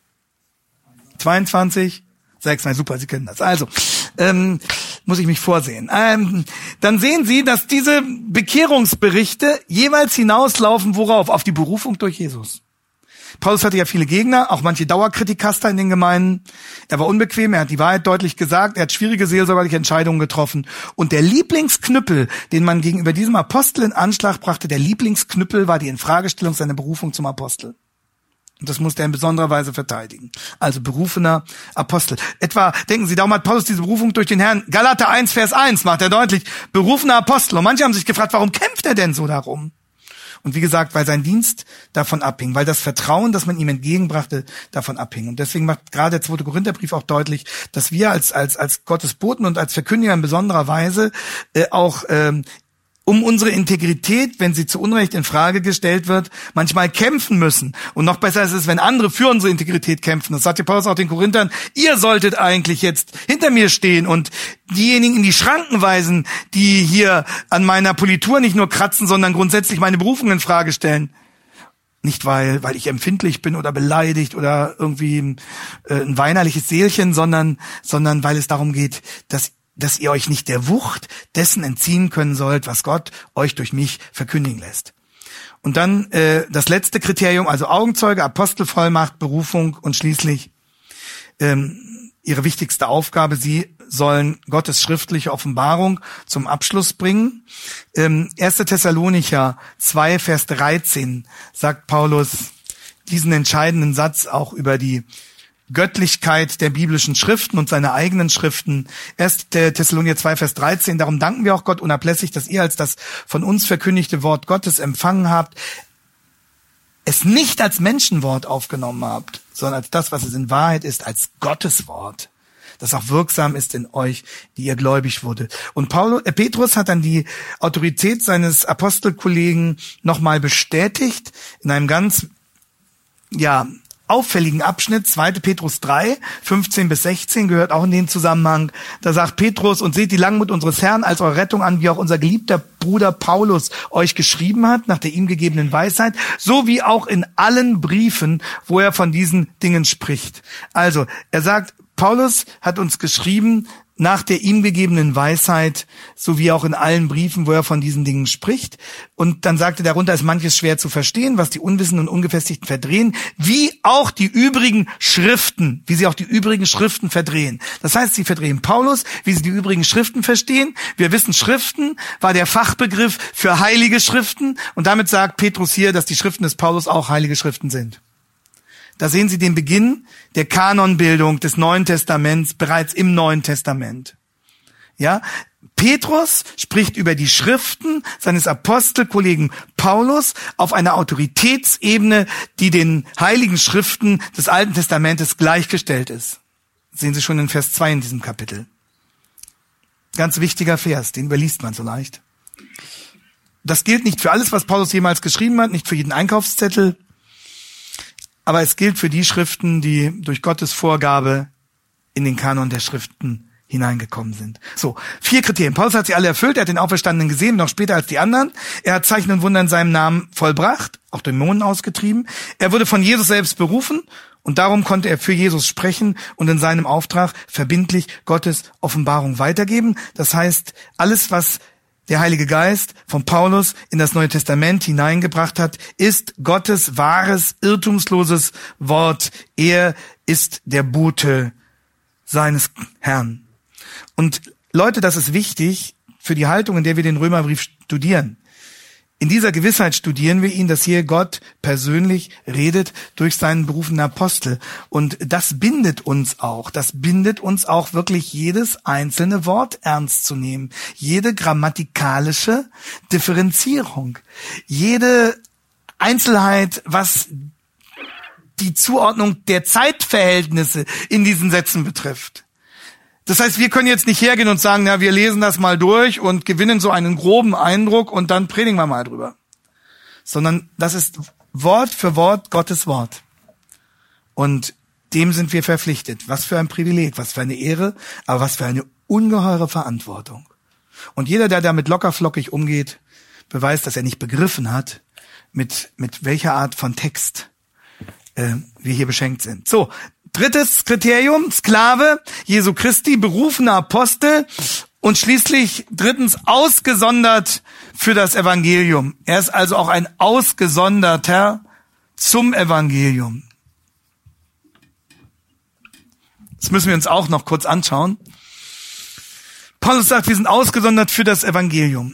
22, 6. Na super, Sie kennen das. Also, muss ich mich vorsehen. Dann sehen Sie, dass diese Bekehrungsberichte jeweils hinauslaufen, worauf? Auf die Berufung durch Jesus. Paulus hatte ja viele Gegner, auch manche Dauerkritikaster in den Gemeinden. Er war unbequem, er hat die Wahrheit deutlich gesagt, er hat schwierige seelsorgerliche Entscheidungen getroffen. Und der Lieblingsknüppel, den man gegenüber diesem Apostel in Anschlag brachte, der Lieblingsknüppel war die Infragestellung seiner Berufung zum Apostel. Und das musste er in besonderer Weise verteidigen. Also berufener Apostel. Etwa, denken Sie, darum hat Paulus diese Berufung durch den Herrn. Galater 1, Vers 1 macht er deutlich, berufener Apostel. Und manche haben sich gefragt, warum kämpft er denn so darum? Und wie gesagt, weil sein Dienst davon abhing, weil das Vertrauen, das man ihm entgegenbrachte, davon abhing. Und deswegen macht gerade der 2. Korintherbrief auch deutlich, dass wir als Gottes Boten und als Verkündiger in besonderer Weise auch um unsere Integrität, wenn sie zu Unrecht in Frage gestellt wird, manchmal kämpfen müssen. Und noch besser ist es, wenn andere für unsere Integrität kämpfen. Das sagt ja Paulus auch den Korinthern, ihr solltet eigentlich jetzt hinter mir stehen und diejenigen in die Schranken weisen, die hier an meiner Politur nicht nur kratzen, sondern grundsätzlich meine Berufung in Frage stellen. Nicht weil ich empfindlich bin oder beleidigt oder irgendwie ein weinerliches Seelchen, sondern weil es darum geht, dass ihr euch nicht der Wucht dessen entziehen können sollt, was Gott euch durch mich verkündigen lässt. Und dann das letzte Kriterium, also Augenzeuge, Apostelvollmacht, Berufung und schließlich ihre wichtigste Aufgabe, sie sollen Gottes schriftliche Offenbarung zum Abschluss bringen. 1. Thessalonicher 2, Vers 13 sagt Paulus diesen entscheidenden Satz auch über die Göttlichkeit der biblischen Schriften und seine eigenen Schriften. 1. Thessalonicher 2, Vers 13. Darum danken wir auch Gott unablässig, dass ihr als das von uns verkündigte Wort Gottes empfangen habt, es nicht als Menschenwort aufgenommen habt, sondern als das, was es in Wahrheit ist, als Gottes Wort, das auch wirksam ist in euch, die ihr gläubig wurde. Und Petrus hat dann die Autorität seines Apostelkollegen nochmal bestätigt in einem ganz, auffälligen Abschnitt, 2. Petrus 3, 15 bis 16, gehört auch in den Zusammenhang. Da sagt Petrus, und seht die Langmut unseres Herrn als eure Rettung an, wie auch unser geliebter Bruder Paulus euch geschrieben hat, nach der ihm gegebenen Weisheit, so wie auch in allen Briefen, wo er von diesen Dingen spricht. Also, er sagt, Paulus hat uns geschrieben, nach der ihm gegebenen Weisheit, so wie auch in allen Briefen, wo er von diesen Dingen spricht. Und dann sagte, darunter ist manches schwer zu verstehen, was die Unwissenden und Ungefestigten verdrehen, wie auch die übrigen Schriften, wie sie auch die übrigen Schriften verdrehen. Das heißt, sie verdrehen Paulus, wie sie die übrigen Schriften verstehen. Wir wissen, Schriften war der Fachbegriff für heilige Schriften. Und damit sagt Petrus hier, dass die Schriften des Paulus auch heilige Schriften sind. Da sehen Sie den Beginn der Kanonbildung des Neuen Testaments bereits im Neuen Testament. Ja, Petrus spricht über die Schriften seines Apostelkollegen Paulus auf einer Autoritätsebene, die den heiligen Schriften des Alten Testamentes gleichgestellt ist. Das sehen Sie schon in Vers 2 in diesem Kapitel. Ganz wichtiger Vers, den überliest man so leicht. Das gilt nicht für alles, was Paulus jemals geschrieben hat, nicht für jeden Einkaufszettel, aber es gilt für die Schriften, die durch Gottes Vorgabe in den Kanon der Schriften hineingekommen sind. So, 4 Kriterien. Paulus hat sie alle erfüllt. Er hat den Auferstandenen gesehen, noch später als die anderen. Er hat Zeichen und Wunder in seinem Namen vollbracht, auch Dämonen ausgetrieben. Er wurde von Jesus selbst berufen und darum konnte er für Jesus sprechen und in seinem Auftrag verbindlich Gottes Offenbarung weitergeben. Das heißt, alles, was der Heilige Geist von Paulus in das Neue Testament hineingebracht hat, ist Gottes wahres, irrtumsloses Wort. Er ist der Bote seines Herrn. Und Leute, das ist wichtig für die Haltung, in der wir den Römerbrief studieren. In dieser Gewissheit studieren wir ihn, dass hier Gott persönlich redet durch seinen berufenen Apostel. Und das bindet uns auch. Das bindet uns auch wirklich jedes einzelne Wort ernst zu nehmen. Jede grammatikalische Differenzierung. Jede Einzelheit, was die Zuordnung der Zeitverhältnisse in diesen Sätzen betrifft. Das heißt, wir können jetzt nicht hergehen und sagen, wir lesen das mal durch und gewinnen so einen groben Eindruck und dann predigen wir mal drüber. Sondern das ist Wort für Wort Gottes Wort. Und dem sind wir verpflichtet. Was für ein Privileg, was für eine Ehre, aber was für eine ungeheure Verantwortung. Und jeder, der damit lockerflockig umgeht, beweist, dass er nicht begriffen hat, mit welcher Art von Text wir hier beschenkt sind. So, 3. Kriterium, Sklave Jesu Christi, berufener Apostel und schließlich 3. ausgesondert für das Evangelium. Er ist also auch ein Ausgesonderter zum Evangelium. Das müssen wir uns auch noch kurz anschauen. Paulus sagt, wir sind ausgesondert für das Evangelium.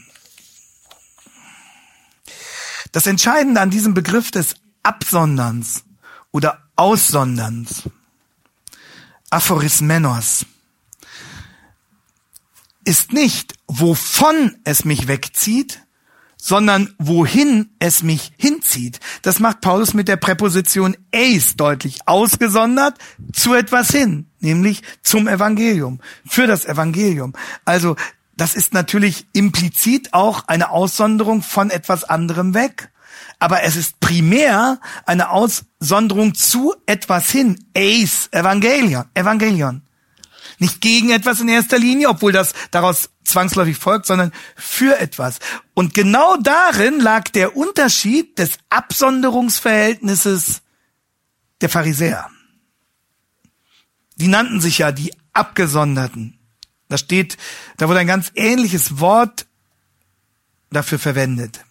Das Entscheidende an diesem Begriff des Absonderns oder Aussonderns, Aphorismenos, ist nicht, wovon es mich wegzieht, sondern wohin es mich hinzieht. Das macht Paulus mit der Präposition eis deutlich. Ausgesondert zu etwas hin, nämlich zum Evangelium, für das Evangelium. Also das ist natürlich implizit auch eine Aussonderung von etwas anderem weg. Aber es ist primär eine Aussonderung zu etwas hin. Eis, Evangelion. Nicht gegen etwas in erster Linie, obwohl das daraus zwangsläufig folgt, sondern für etwas. Und genau darin lag der Unterschied des Absonderungsverhältnisses der Pharisäer. Die nannten sich ja die Abgesonderten. Da wurde ein ganz ähnliches Wort dafür verwendet.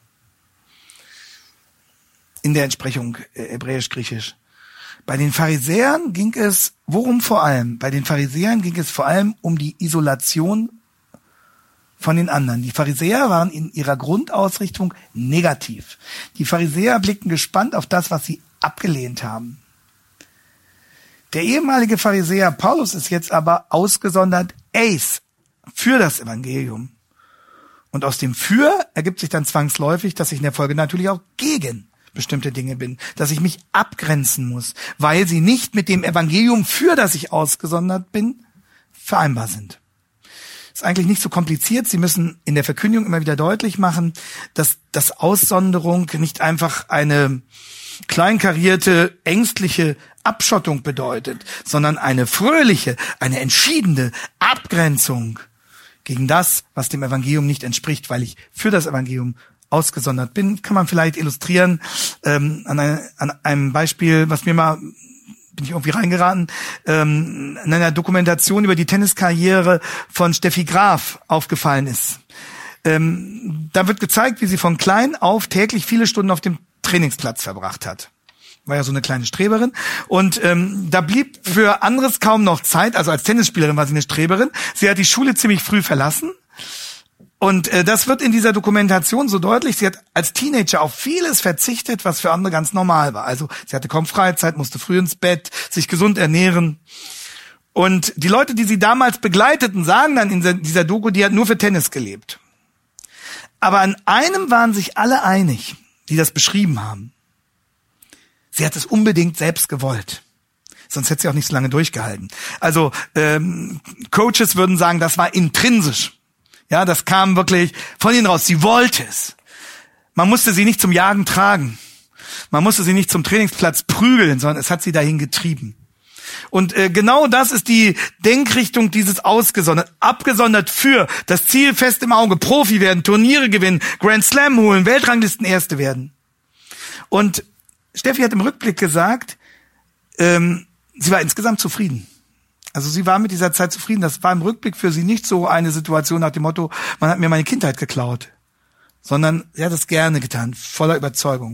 In der Entsprechung hebräisch-griechisch. Bei den Pharisäern ging es, worum vor allem? Bei den Pharisäern ging es vor allem um die Isolation von den anderen. Die Pharisäer waren in ihrer Grundausrichtung negativ. Die Pharisäer blickten gespannt auf das, was sie abgelehnt haben. Der ehemalige Pharisäer Paulus ist jetzt aber ausgesondert eis für das Evangelium. Und aus dem Für ergibt sich dann zwangsläufig, dass ich in der Folge natürlich auch gegen bestimmte Dinge bin, dass ich mich abgrenzen muss, weil sie nicht mit dem Evangelium, für das ich ausgesondert bin, vereinbar sind. Ist eigentlich nicht so kompliziert. Sie müssen in der Verkündigung immer wieder deutlich machen, dass das Aussonderung nicht einfach eine kleinkarierte, ängstliche Abschottung bedeutet, sondern eine fröhliche, eine entschiedene Abgrenzung gegen das, was dem Evangelium nicht entspricht, weil ich für das Evangelium ausgesondert bin. Kann man vielleicht illustrieren an einem Beispiel, was mir mal, bin ich irgendwie reingeraten, in einer Dokumentation über die Tenniskarriere von Steffi Graf aufgefallen ist. Da wird gezeigt, wie sie von klein auf täglich viele Stunden auf dem Trainingsplatz verbracht hat. War ja so eine kleine Streberin. Und da blieb für anderes kaum noch Zeit. Also als Tennisspielerin war sie eine Streberin. Sie hat die Schule ziemlich früh verlassen. Und das wird in dieser Dokumentation so deutlich. Sie hat als Teenager auf vieles verzichtet, was für andere ganz normal war. Also sie hatte kaum Freizeit, musste früh ins Bett, sich gesund ernähren. Und die Leute, die sie damals begleiteten, sagen dann in dieser Doku, die hat nur für Tennis gelebt. Aber an einem waren sich alle einig, die das beschrieben haben. Sie hat es unbedingt selbst gewollt. Sonst hätte sie auch nicht so lange durchgehalten. Also Coaches würden sagen, das war intrinsisch. Ja, das kam wirklich von ihnen raus. Sie wollte es. Man musste sie nicht zum Jagen tragen. Man musste sie nicht zum Trainingsplatz prügeln, sondern es hat sie dahin getrieben. Und genau das ist die Denkrichtung dieses Ausgesondert. Abgesondert für das Ziel fest im Auge. Profi werden, Turniere gewinnen, Grand Slam holen, Weltranglisten Erste werden. Und Steffi hat im Rückblick gesagt, sie war insgesamt zufrieden. Also sie war mit dieser Zeit zufrieden. Das war im Rückblick für sie nicht so eine Situation nach dem Motto, man hat mir meine Kindheit geklaut, sondern sie hat es gerne getan, voller Überzeugung.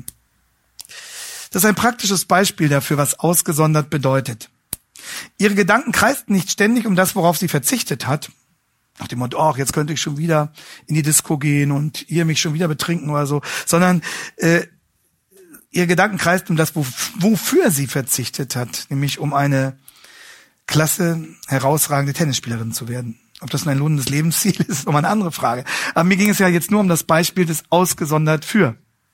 Das ist ein praktisches Beispiel dafür, was ausgesondert bedeutet. Ihre Gedanken kreisten nicht ständig um das, worauf sie verzichtet hat, nach dem Motto, ach, jetzt könnte ich schon wieder in die Disco gehen und ihr mich schon wieder betrinken oder so, sondern ihre Gedanken kreisten um das, wofür sie verzichtet hat, nämlich um eine klasse, herausragende Tennisspielerin zu werden. Ob das ein lohnendes Lebensziel ist, ist nochmal eine andere Frage. Aber mir ging es ja jetzt nur um das Beispiel des ausgesondert für.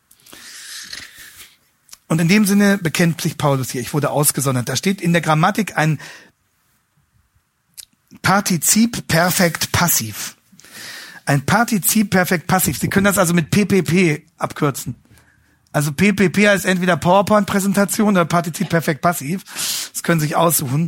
Und in dem Sinne bekennt sich Paulus hier, ich wurde ausgesondert. Da steht in der Grammatik ein Partizip Perfekt Passiv. Ein Partizip Perfekt Passiv. Sie können das also mit PPP abkürzen. Also PPP heißt entweder PowerPoint-Präsentation oder Partizip Perfekt Passiv. Das können Sie sich aussuchen.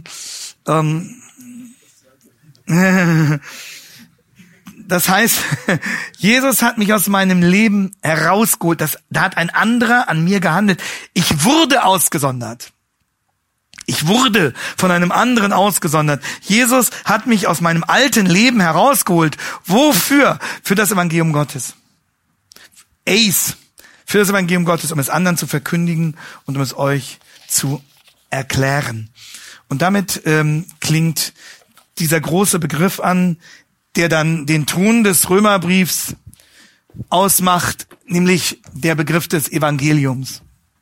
Das heißt, Jesus hat mich aus meinem Leben herausgeholt. Da hat ein anderer an mir gehandelt. Ich wurde ausgesondert. Ich wurde von einem anderen ausgesondert. Jesus hat mich aus meinem alten Leben herausgeholt. Wofür? Für das Evangelium Gottes. Für das Evangelium Gottes, um es anderen zu verkündigen und um es euch zu erklären. Und damit klingt dieser große Begriff an, der dann den Ton des Römerbriefs ausmacht, nämlich der Begriff des Evangeliums.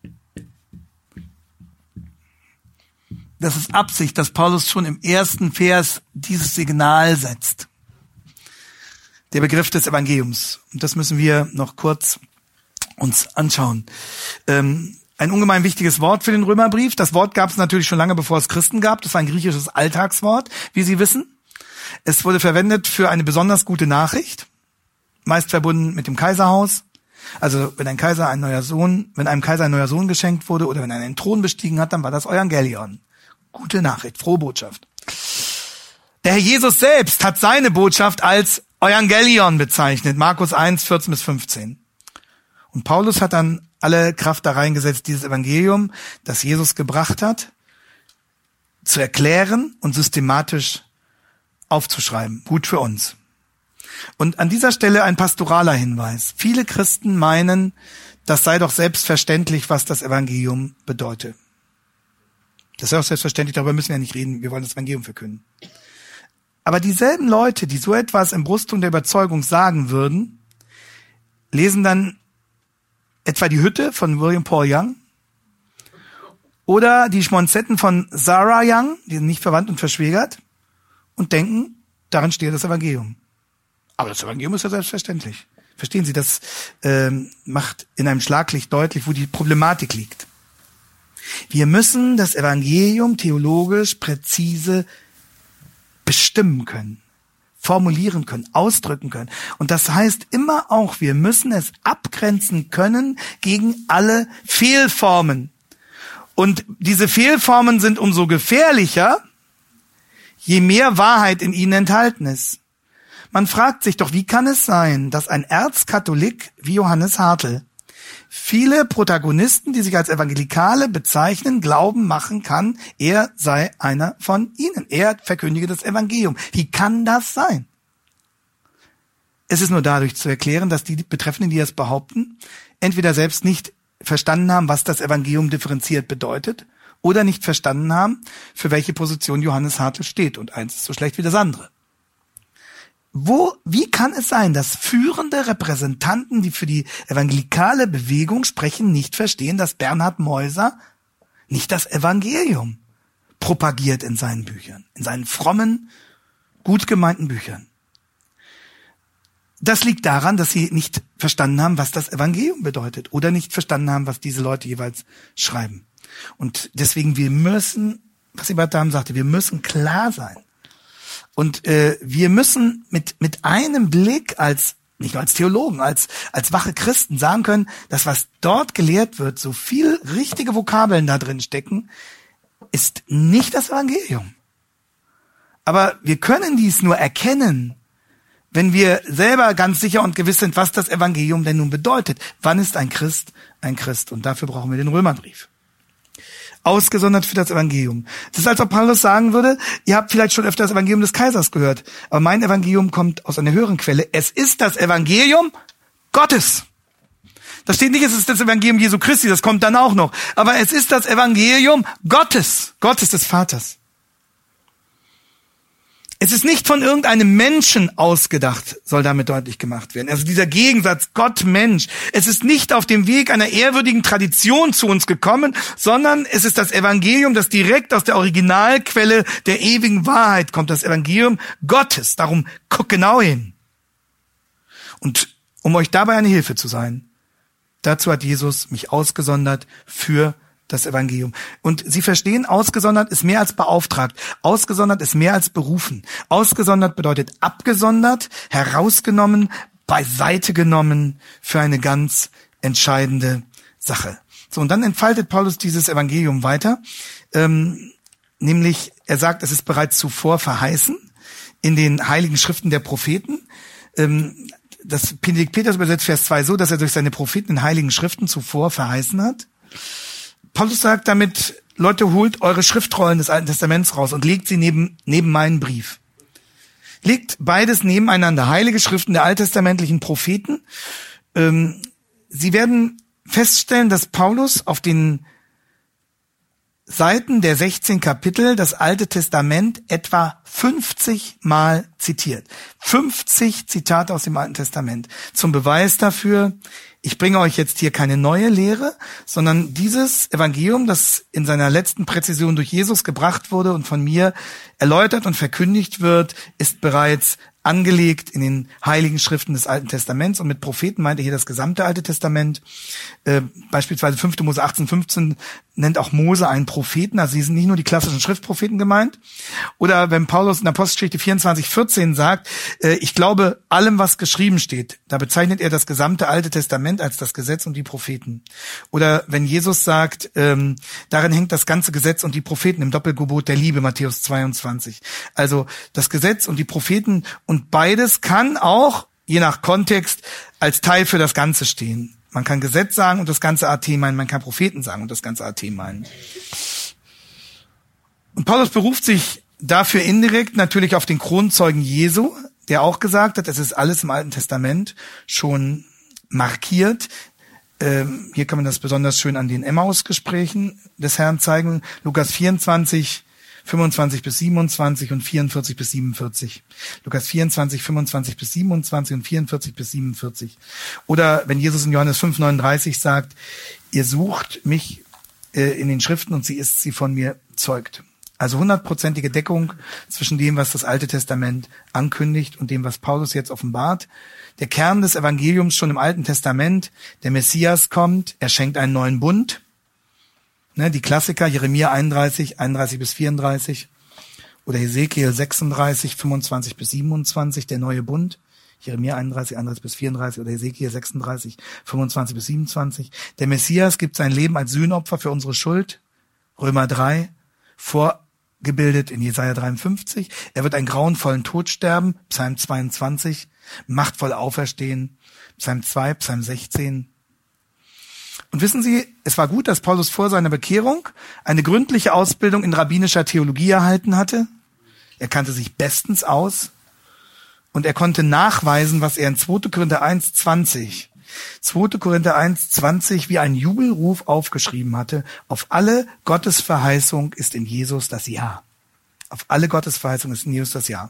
Das ist Absicht, dass Paulus schon im ersten Vers dieses Signal setzt. der Begriff des Evangeliums. Und das müssen wir noch kurz uns anschauen. Ein ungemein wichtiges Wort für den Römerbrief. Das Wort gab es natürlich schon lange, bevor es Christen gab. Das war ein griechisches Alltagswort, wie Sie wissen. Es wurde verwendet für eine besonders gute Nachricht, meist verbunden mit dem Kaiserhaus. Also wenn einem Kaiser ein neuer Sohn geschenkt wurde oder wenn er einen Thron bestiegen hat, dann war das Evangelion. Gute Nachricht, frohe Botschaft. Der Herr Jesus selbst hat seine Botschaft als Evangelion bezeichnet, Markus 1, 14 bis 15. Und Paulus hat dann alle Kraft da reingesetzt, dieses Evangelium, das Jesus gebracht hat, zu erklären und systematisch aufzuschreiben. Gut für uns. Und an dieser Stelle ein pastoraler Hinweis. Viele Christen meinen, das sei doch selbstverständlich, was das Evangelium bedeutet. Das ist auch selbstverständlich, darüber müssen wir ja nicht reden, wir wollen das Evangelium verkünden. Aber dieselben Leute, die so etwas im Brustton der Überzeugung sagen würden, lesen dann etwa die Hütte von William Paul Young oder die Schmonzetten von Sarah Young, die sind nicht verwandt und verschwägert, und denken, darin steht das Evangelium. Aber das Evangelium ist ja selbstverständlich. Verstehen Sie, das macht in einem Schlaglicht deutlich, wo die Problematik liegt. Wir müssen das Evangelium theologisch präzise bestimmen können, formulieren können, ausdrücken können. Und das heißt immer auch, wir müssen es abgrenzen können gegen alle Fehlformen. Und diese Fehlformen sind umso gefährlicher, je mehr Wahrheit in ihnen enthalten ist. Man fragt sich doch, wie kann es sein, dass ein Erzkatholik wie Johannes Hartl viele Protagonisten, die sich als Evangelikale bezeichnen, glauben machen kann, er sei einer von ihnen. Er verkündige das Evangelium. Wie kann das sein? Es ist nur dadurch zu erklären, dass die Betreffenden, die das behaupten, entweder selbst nicht verstanden haben, was das Evangelium differenziert bedeutet, oder nicht verstanden haben, für welche Position Johannes Hartl steht. Und eins ist so schlecht wie das andere. Wie kann es sein, dass führende Repräsentanten, die für die evangelikale Bewegung sprechen, nicht verstehen, dass Bernhard Meuser nicht das Evangelium propagiert in seinen Büchern, in seinen frommen, gut gemeinten Büchern? Das liegt daran, dass sie nicht verstanden haben, was das Evangelium bedeutet oder nicht verstanden haben, was diese Leute jeweils schreiben. Und deswegen, wir müssen, was Ibrahim sagte, wir müssen klar sein. Und wir müssen mit einem Blick nicht nur als Theologen, als wache Christen sagen können, dass was dort gelehrt wird, so viel richtige Vokabeln da drin stecken, ist nicht das Evangelium. Aber wir können dies nur erkennen, wenn wir selber ganz sicher und gewiss sind, was das Evangelium denn nun bedeutet. Wann ist ein Christ ein Christ? Und dafür brauchen wir den Römerbrief. Ausgesondert für das Evangelium. Es ist, als ob Paulus sagen würde, ihr habt vielleicht schon öfter das Evangelium des Kaisers gehört, aber mein Evangelium kommt aus einer höheren Quelle. Es ist das Evangelium Gottes. Da steht nicht, es ist das Evangelium Jesu Christi, das kommt dann auch noch. Aber es ist das Evangelium Gottes, Gottes des Vaters. Es ist nicht von irgendeinem Menschen ausgedacht, soll damit deutlich gemacht werden. Also dieser Gegensatz Gott-Mensch. Es ist nicht auf dem Weg einer ehrwürdigen Tradition zu uns gekommen, sondern es ist das Evangelium, das direkt aus der Originalquelle der ewigen Wahrheit kommt. Das Evangelium Gottes. Darum guckt genau hin. Und um euch dabei eine Hilfe zu sein, dazu hat Jesus mich ausgesondert für das Evangelium. Und Sie verstehen, ausgesondert ist mehr als beauftragt. Ausgesondert ist mehr als berufen. Ausgesondert bedeutet abgesondert, herausgenommen, beiseite genommen für eine ganz entscheidende Sache. So, und dann entfaltet Paulus dieses Evangelium weiter. Nämlich, er sagt, es ist bereits zuvor verheißen in den heiligen Schriften der Propheten. Das Benedikt Peters übersetzt Vers 2 so, dass er durch seine Propheten in heiligen Schriften zuvor verheißen hat. Paulus sagt damit, Leute, holt eure Schriftrollen des Alten Testaments raus und legt sie neben meinen Brief. Legt beides nebeneinander, heilige Schriften der alttestamentlichen Propheten. Sie werden feststellen, dass Paulus auf den Seiten der 16 Kapitel das Alte Testament etwa 50 Mal zitiert. 50 Zitate aus dem Alten Testament. Zum Beweis dafür, ich bringe euch jetzt hier keine neue Lehre, sondern dieses Evangelium, das in seiner letzten Präzision durch Jesus gebracht wurde und von mir erläutert und verkündigt wird, ist bereits angelegt in den heiligen Schriften des Alten Testaments. Und mit Propheten meint er hier das gesamte Alte Testament. Beispielsweise 5. Mose 18,15 nennt auch Mose einen Propheten. Also hier sind nicht nur die klassischen Schriftpropheten gemeint. Oder wenn Paulus in Apostelgeschichte 24,14 sagt, ich glaube allem, was geschrieben steht, da bezeichnet er das gesamte Alte Testament als das Gesetz und die Propheten. Oder wenn Jesus sagt, darin hängt das ganze Gesetz und die Propheten im Doppelgebot der Liebe, Matthäus 22. Also das Gesetz und die Propheten, und beides kann auch, je nach Kontext, als Teil für das Ganze stehen. Man kann Gesetz sagen und das ganze AT meinen, man kann Propheten sagen und das ganze AT meinen. Und Paulus beruft sich dafür indirekt natürlich auf den Kronzeugen Jesu, der auch gesagt hat, es ist alles im Alten Testament schon markiert. Hier kann man das besonders schön an den Emmaus-Gesprächen des Herrn zeigen. Lukas 24, 25 bis 27 und 44 bis 47. Lukas 24, 25 bis 27 und 44 bis 47. Oder wenn Jesus in Johannes 5, 39 sagt, ihr sucht mich in den Schriften und sie von mir zeugt. Also 100%ige Deckung zwischen dem, was das Alte Testament ankündigt und dem, was Paulus jetzt offenbart. Der Kern des Evangeliums schon im Alten Testament, der Messias kommt, er schenkt einen neuen Bund. Die Klassiker, Jeremia 31, 31 bis 34 oder Hesekiel 36, 25 bis 27, der neue Bund. Jeremia 31, 31 bis 34 oder Hesekiel 36, 25 bis 27. Der Messias gibt sein Leben als Sühnopfer für unsere Schuld. Römer 3, vorgebildet in Jesaja 53. Er wird einen grauenvollen Tod sterben. Psalm 22, machtvoll auferstehen. Psalm 2, Psalm 16. Und wissen Sie, es war gut, dass Paulus vor seiner Bekehrung eine gründliche Ausbildung in rabbinischer Theologie erhalten hatte. Er kannte sich bestens aus und er konnte nachweisen, was er in 2. Korinther 1,20 wie ein Jubelruf aufgeschrieben hatte. Auf alle Gottes Verheißung ist in Jesus das Ja. Auf alle Gottes Verheißung ist in Jesus das Ja.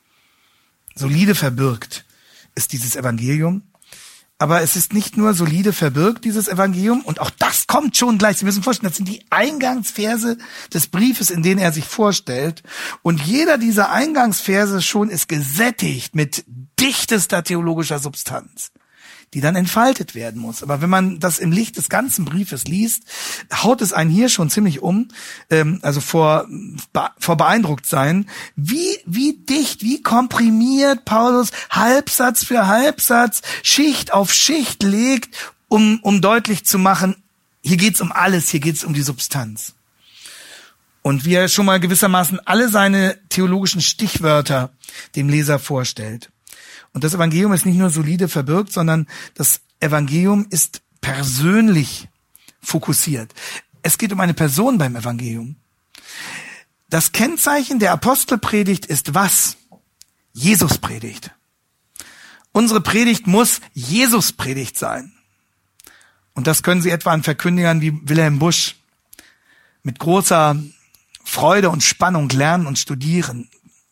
Solide verbirgt ist dieses Evangelium. Aber es ist nicht nur solide verbirgt, dieses Evangelium, und auch das kommt schon gleich. Sie müssen vorstellen, das sind die Eingangsverse des Briefes, in denen er sich vorstellt. Und jeder dieser Eingangsverse schon ist gesättigt mit dichtester theologischer Substanz, die dann entfaltet werden muss. Aber wenn man das im Licht des ganzen Briefes liest, haut es einen hier schon ziemlich um, also vor beeindruckt sein, wie dicht, wie komprimiert Paulus Halbsatz für Halbsatz, Schicht auf Schicht legt, um deutlich zu machen, hier geht's um alles, hier geht's um die Substanz. Und wie er schon mal gewissermaßen alle seine theologischen Stichwörter dem Leser vorstellt. Und das Evangelium ist nicht nur solide verbirgt, sondern das Evangelium ist persönlich fokussiert. Es geht um eine Person beim Evangelium. Das Kennzeichen der Apostelpredigt ist was? Jesus-Predigt. Unsere Predigt muss Jesus-Predigt sein. Und das können Sie etwa an Verkündigern wie Wilhelm Busch mit großer Freude und Spannung lernen und studieren.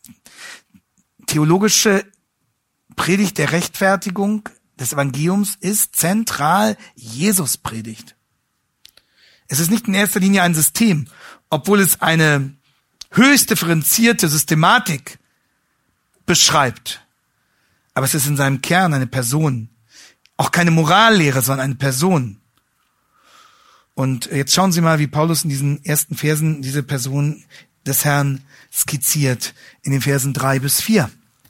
Theologische Predigt der Rechtfertigung des Evangeliums ist zentral Jesus-Predigt. Es ist nicht in erster Linie ein System, obwohl es eine höchst differenzierte Systematik beschreibt. Aber es ist in seinem Kern eine Person. Auch keine Morallehre, sondern eine Person. Und jetzt schauen Sie mal, wie Paulus in diesen ersten Versen diese Person des Herrn skizziert, in den Versen 3 bis 4.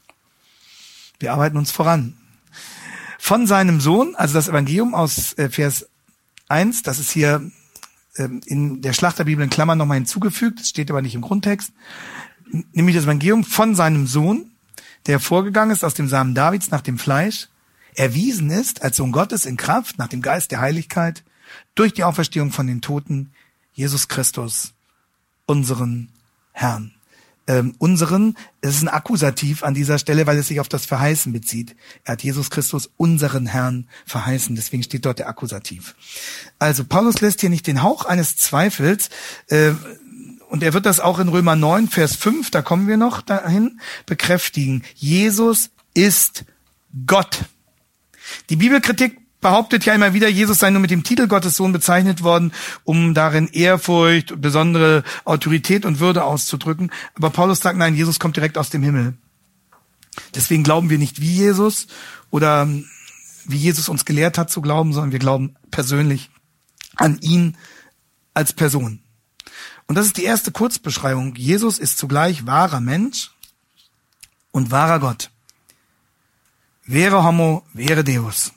Wir arbeiten uns voran. Von seinem Sohn, also das Evangelium aus Vers 1, das ist hier in der Schlachterbibel in Klammern nochmal hinzugefügt, das steht aber nicht im Grundtext, nämlich das Evangelium von seinem Sohn, der hervorgegangen ist aus dem Samen Davids nach dem Fleisch, erwiesen ist als Sohn Gottes in Kraft nach dem Geist der Heiligkeit durch die Auferstehung von den Toten, Jesus Christus, unseren Herrn. Unseren, es ist ein Akkusativ an dieser Stelle, weil es sich auf das Verheißen bezieht. Er hat Jesus Christus, unseren Herrn, verheißen. Deswegen steht dort der Akkusativ. Also Paulus lässt hier nicht den Hauch eines Zweifels und er wird das auch in Römer 9, Vers 5, da kommen wir noch dahin, bekräftigen. Jesus ist Gott. Die Bibelkritik behauptet ja immer wieder, Jesus sei nur mit dem Titel Gottes Sohn bezeichnet worden, um darin Ehrfurcht, besondere Autorität und Würde auszudrücken. Aber Paulus sagt, nein, Jesus kommt direkt aus dem Himmel. Deswegen glauben wir nicht wie Jesus oder wie Jesus uns gelehrt hat zu glauben, sondern wir glauben persönlich an ihn als Person. Und das ist die erste Kurzbeschreibung. Jesus ist zugleich wahrer Mensch und wahrer Gott. Vere homo, vere Deus.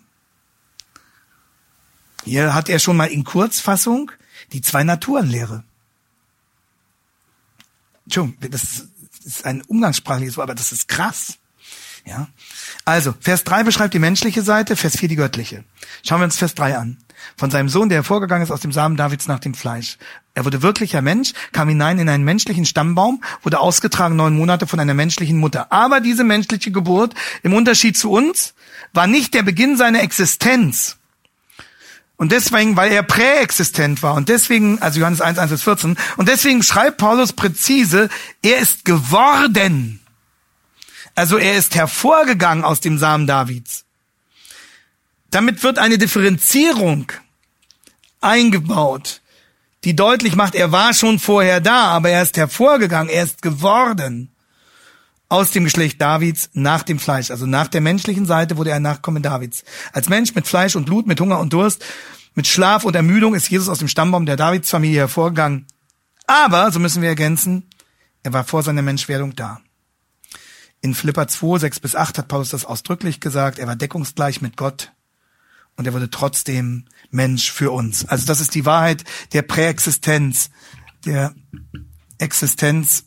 Hier hat er schon mal in Kurzfassung die Zwei-Naturen-Lehre. Entschuldigung, das ist ein umgangssprachliches Wort, aber das ist krass. Ja. Also, Vers 3 beschreibt die menschliche Seite, Vers 4 die göttliche. Schauen wir uns Vers 3 an. Von seinem Sohn, der hervorgegangen ist aus dem Samen Davids nach dem Fleisch. Er wurde wirklicher Mensch, kam hinein in einen menschlichen Stammbaum, wurde ausgetragen 9 Monate von einer menschlichen Mutter. Aber diese menschliche Geburt, im Unterschied zu uns, war nicht der Beginn seiner Existenz. Und deswegen, weil er präexistent war. Und deswegen, also Johannes 1, 1-14, und deswegen schreibt Paulus präzise, er ist geworden. Also er ist hervorgegangen aus dem Samen Davids. Damit wird eine Differenzierung eingebaut, die deutlich macht, er war schon vorher da, aber er ist hervorgegangen, er ist geworden aus dem Geschlecht Davids nach dem Fleisch. Also nach der menschlichen Seite wurde er ein Nachkomme Davids. Als Mensch mit Fleisch und Blut, mit Hunger und Durst, mit Schlaf und Ermüdung ist Jesus aus dem Stammbaum der Davidsfamilie hervorgegangen. Aber, so müssen wir ergänzen, er war vor seiner Menschwerdung da. In Philipper 2, 6-8 hat Paulus das ausdrücklich gesagt, er war deckungsgleich mit Gott und er wurde trotzdem Mensch für uns. Also das ist die Wahrheit der Präexistenz, der Existenz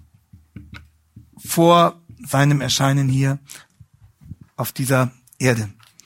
vor seinem Erscheinen hier auf dieser Erde.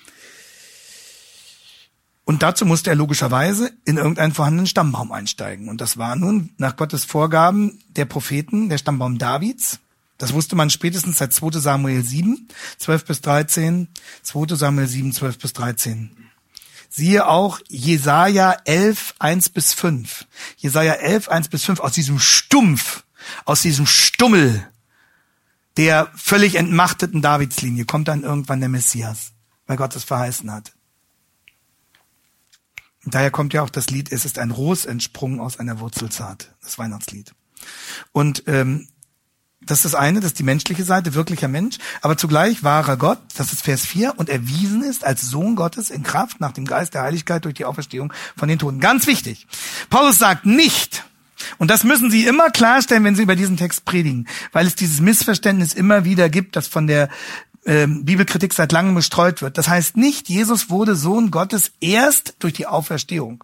Und dazu musste er logischerweise in irgendeinen vorhandenen Stammbaum einsteigen. Und das war nun nach Gottes Vorgaben der Propheten, der Stammbaum Davids. Das wusste man spätestens seit 2. Samuel 7, 12-13, 2. Samuel 7, 12-13. Siehe auch Jesaja 11, 1-5. Jesaja 11, 1-5, aus diesem Stumpf, aus diesem Stummel der völlig entmachteten Davidslinie kommt dann irgendwann der Messias, weil Gott es verheißen hat. Und daher kommt ja auch das Lied, es ist ein Ros entsprungen aus einer Wurzelzart, das Weihnachtslied. Und das ist das eine, das ist die menschliche Seite, wirklicher Mensch, aber zugleich wahrer Gott, das ist Vers 4, und erwiesen ist als Sohn Gottes in Kraft nach dem Geist der Heiligkeit durch die Auferstehung von den Toten. Ganz wichtig, Paulus sagt nicht, und das müssen Sie immer klarstellen, wenn Sie über diesen Text predigen, weil es dieses Missverständnis immer wieder gibt, das von der Bibelkritik seit langem bestreut wird. Das heißt nicht, Jesus wurde Sohn Gottes erst durch die Auferstehung.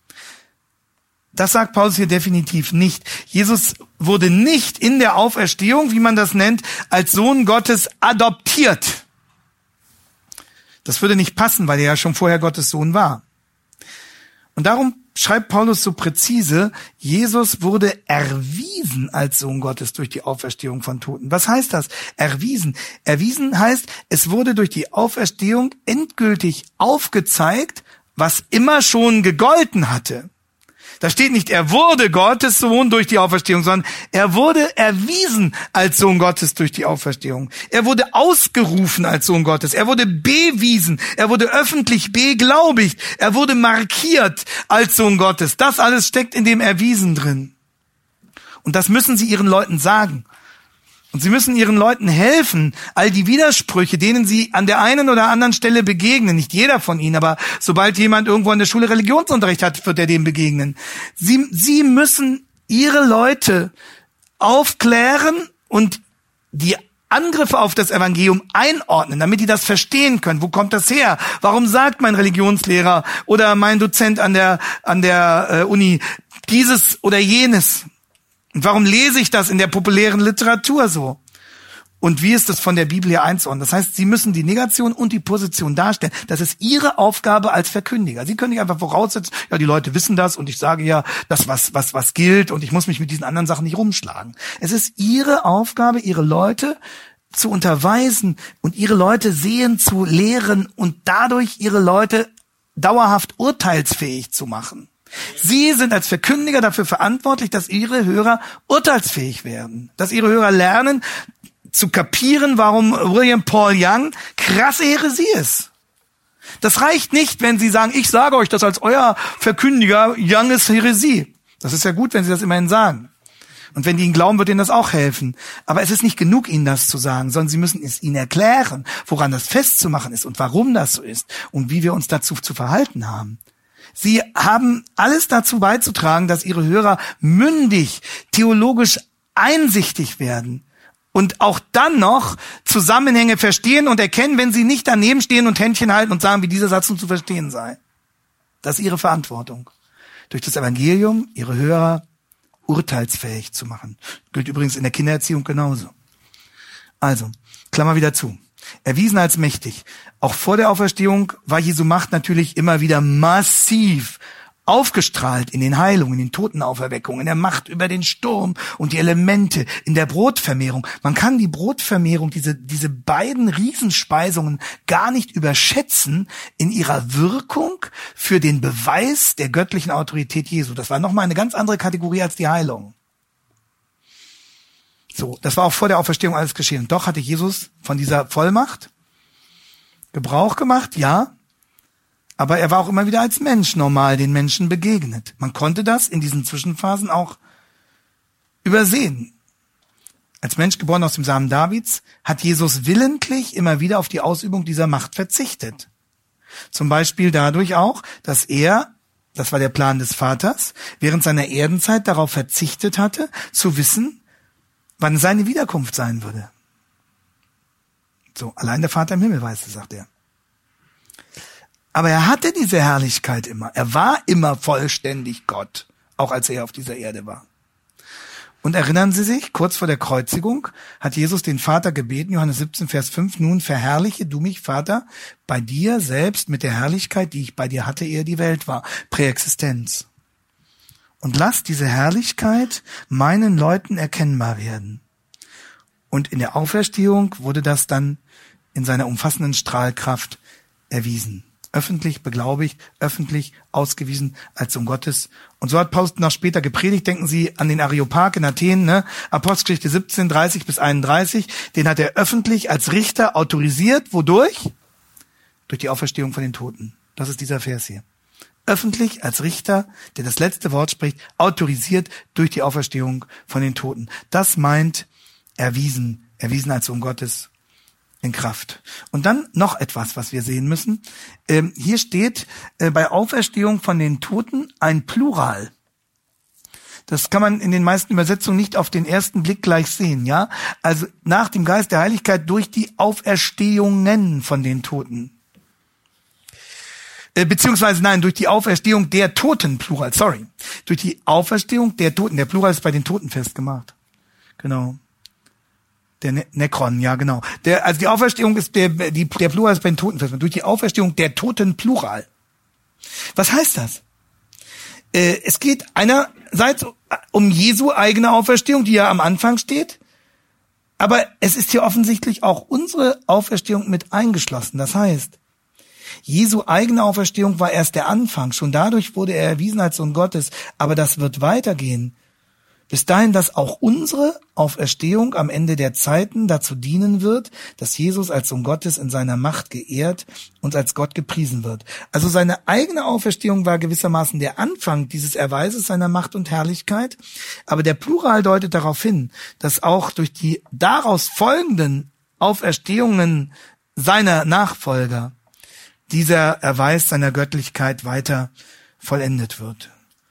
Das sagt Paulus hier definitiv nicht. Jesus wurde nicht in der Auferstehung, wie man das nennt, als Sohn Gottes adoptiert. Das würde nicht passen, weil er ja schon vorher Gottes Sohn war. Und darum schreibt Paulus so präzise, Jesus wurde erwiesen als Sohn Gottes durch die Auferstehung von Toten. Was heißt das? Erwiesen. Erwiesen heißt, es wurde durch die Auferstehung endgültig aufgezeigt, was immer schon gegolten hatte. Da steht nicht, er wurde Gottes Sohn durch die Auferstehung, sondern er wurde erwiesen als Sohn Gottes durch die Auferstehung. Er wurde ausgerufen als Sohn Gottes. Er wurde bewiesen. Er wurde öffentlich beglaubigt. Er wurde markiert als Sohn Gottes. Das alles steckt in dem Erwiesen drin. Und das müssen Sie Ihren Leuten sagen. Und Sie müssen Ihren Leuten helfen, all die Widersprüche, denen Sie an der einen oder anderen Stelle begegnen, nicht jeder von Ihnen, aber sobald jemand irgendwo in der Schule Religionsunterricht hat, wird er dem begegnen. Sie müssen Ihre Leute aufklären und die Angriffe auf das Evangelium einordnen, damit die das verstehen können. Wo kommt das her? Warum sagt mein Religionslehrer oder mein Dozent an der Uni dieses oder jenes? Und warum lese ich das in der populären Literatur so? Und wie ist das von der Bibel her einzuordnen? Das heißt, Sie müssen die Negation und die Position darstellen. Das ist Ihre Aufgabe als Verkündiger. Sie können nicht einfach voraussetzen, ja, die Leute wissen das und ich sage ja, das was gilt und ich muss mich mit diesen anderen Sachen nicht rumschlagen. Es ist Ihre Aufgabe, Ihre Leute zu unterweisen und Ihre Leute sehen zu lehren und dadurch Ihre Leute dauerhaft urteilsfähig zu machen. Sie sind als Verkündiger dafür verantwortlich, dass ihre Hörer urteilsfähig werden, dass ihre Hörer lernen zu kapieren, warum William Paul Young krasse Häresie ist. Das reicht nicht, wenn Sie sagen, ich sage euch das als euer Verkündiger, Young ist Häresie. Das ist ja gut, wenn Sie das immerhin sagen. Und wenn die ihn glauben, wird ihnen das auch helfen. Aber es ist nicht genug, ihnen das zu sagen, sondern sie müssen es ihnen erklären, woran das festzumachen ist und warum das so ist und wie wir uns dazu zu verhalten haben. Sie haben alles dazu beizutragen, dass ihre Hörer mündig, theologisch einsichtig werden und auch dann noch Zusammenhänge verstehen und erkennen, wenn sie nicht daneben stehen und Händchen halten und sagen, wie dieser Satz nun zu verstehen sei. Das ist ihre Verantwortung. Durch das Evangelium ihre Hörer urteilsfähig zu machen. Gilt übrigens in der Kindererziehung genauso. Also, Klammer wieder zu. Erwiesen als mächtig. Auch vor der Auferstehung war Jesu Macht natürlich immer wieder massiv aufgestrahlt in den Heilungen, in den Totenauferweckungen, in der Macht über den Sturm und die Elemente, in der Brotvermehrung. Man kann die Brotvermehrung, diese beiden Riesenspeisungen gar nicht überschätzen in ihrer Wirkung für den Beweis der göttlichen Autorität Jesu. Das war nochmal eine ganz andere Kategorie als die Heilung. So, das war auch vor der Auferstehung alles geschehen. Und doch hatte Jesus von dieser Vollmacht Gebrauch gemacht, ja. Aber er war auch immer wieder als Mensch normal den Menschen begegnet. Man konnte das in diesen Zwischenphasen auch übersehen. Als Mensch geboren aus dem Samen Davids hat Jesus willentlich immer wieder auf die Ausübung dieser Macht verzichtet. Zum Beispiel dadurch auch, dass er, das war der Plan des Vaters, während seiner Erdenzeit darauf verzichtet hatte, zu wissen, wann seine Wiederkunft sein würde. So, allein der Vater im Himmel weiß es, sagt er. Aber er hatte diese Herrlichkeit immer. Er war immer vollständig Gott, auch als er auf dieser Erde war. Und erinnern Sie sich, kurz vor der Kreuzigung hat Jesus den Vater gebeten, Johannes 17, Vers 5, nun verherrliche du mich, Vater, bei dir selbst mit der Herrlichkeit, die ich bei dir hatte, ehe die Welt war. Präexistenz. Und lass diese Herrlichkeit meinen Leuten erkennbar werden. Und in der Auferstehung wurde das dann in seiner umfassenden Strahlkraft erwiesen. Öffentlich beglaubigt, öffentlich ausgewiesen als Sohn Gottes. Und so hat Paulus noch später gepredigt. Denken Sie an den Areopag in Athen, ne? Apostelgeschichte 17, 30 bis 31. Den hat er öffentlich als Richter autorisiert. Wodurch? Durch die Auferstehung von den Toten. Das ist dieser Vers hier. Öffentlich als Richter, der das letzte Wort spricht, autorisiert durch die Auferstehung von den Toten. Das meint erwiesen als Sohn Gottes in Kraft. Und dann noch etwas, was wir sehen müssen. Hier steht bei Auferstehung von den Toten ein Plural. Das kann man in den meisten Übersetzungen nicht auf den ersten Blick gleich sehen, ja? Also nach dem Geist der Heiligkeit durch die Auferstehungen von den Toten. Beziehungsweise nein, durch die Auferstehung der Toten, Plural, sorry. Durch die Auferstehung der Toten. Der Plural ist bei den Toten festgemacht. Genau. Der Nekron, ja genau. Also die Auferstehung ist der Plural ist bei den Toten festgemacht. Durch die Auferstehung der Toten, Plural. Was heißt das? Es geht einerseits um Jesu eigene Auferstehung, die ja am Anfang steht. Aber es ist hier offensichtlich auch unsere Auferstehung mit eingeschlossen. Das heißt, Jesu eigene Auferstehung war erst der Anfang. Schon dadurch wurde er erwiesen als Sohn Gottes. Aber das wird weitergehen. Bis dahin, dass auch unsere Auferstehung am Ende der Zeiten dazu dienen wird, dass Jesus als Sohn Gottes in seiner Macht geehrt und als Gott gepriesen wird. Also seine eigene Auferstehung war gewissermaßen der Anfang dieses Erweises seiner Macht und Herrlichkeit. Aber der Plural deutet darauf hin, dass auch durch die daraus folgenden Auferstehungen seiner Nachfolger dieser Erweis seiner Göttlichkeit weiter vollendet wird.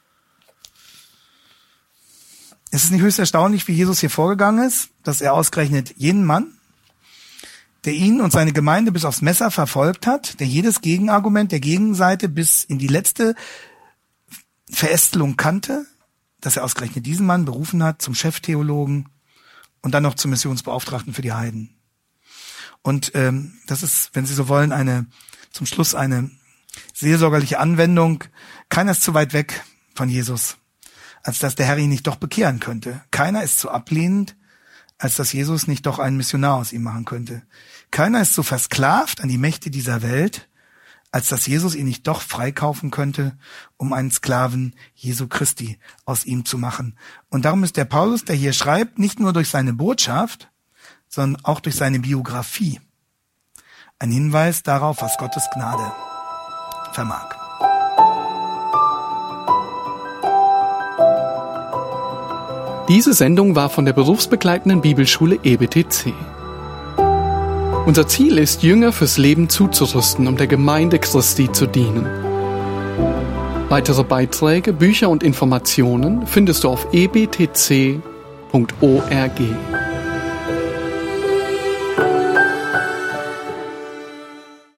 Es ist nicht höchst erstaunlich, wie Jesus hier vorgegangen ist, dass er ausgerechnet jenen Mann, der ihn und seine Gemeinde bis aufs Messer verfolgt hat, der jedes Gegenargument der Gegenseite bis in die letzte Verästelung kannte, dass er ausgerechnet diesen Mann berufen hat zum Cheftheologen und dann noch zum Missionsbeauftragten für die Heiden. Und das ist, wenn Sie so wollen, zum Schluss eine seelsorgerliche Anwendung. Keiner ist zu weit weg von Jesus, als dass der Herr ihn nicht doch bekehren könnte. Keiner ist so ablehnend, als dass Jesus nicht doch einen Missionar aus ihm machen könnte. Keiner ist so versklavt an die Mächte dieser Welt, als dass Jesus ihn nicht doch freikaufen könnte, um einen Sklaven Jesu Christi aus ihm zu machen. Und darum ist der Paulus, der hier schreibt, nicht nur durch seine Botschaft, sondern auch durch seine Biografie ein Hinweis darauf, was Gottes Gnade vermag. Diese Sendung war von der berufsbegleitenden Bibelschule EBTC. Unser Ziel ist, Jünger fürs Leben zuzurüsten, um der Gemeinde Christi zu dienen. Weitere Beiträge, Bücher und Informationen findest du auf ebtc.org.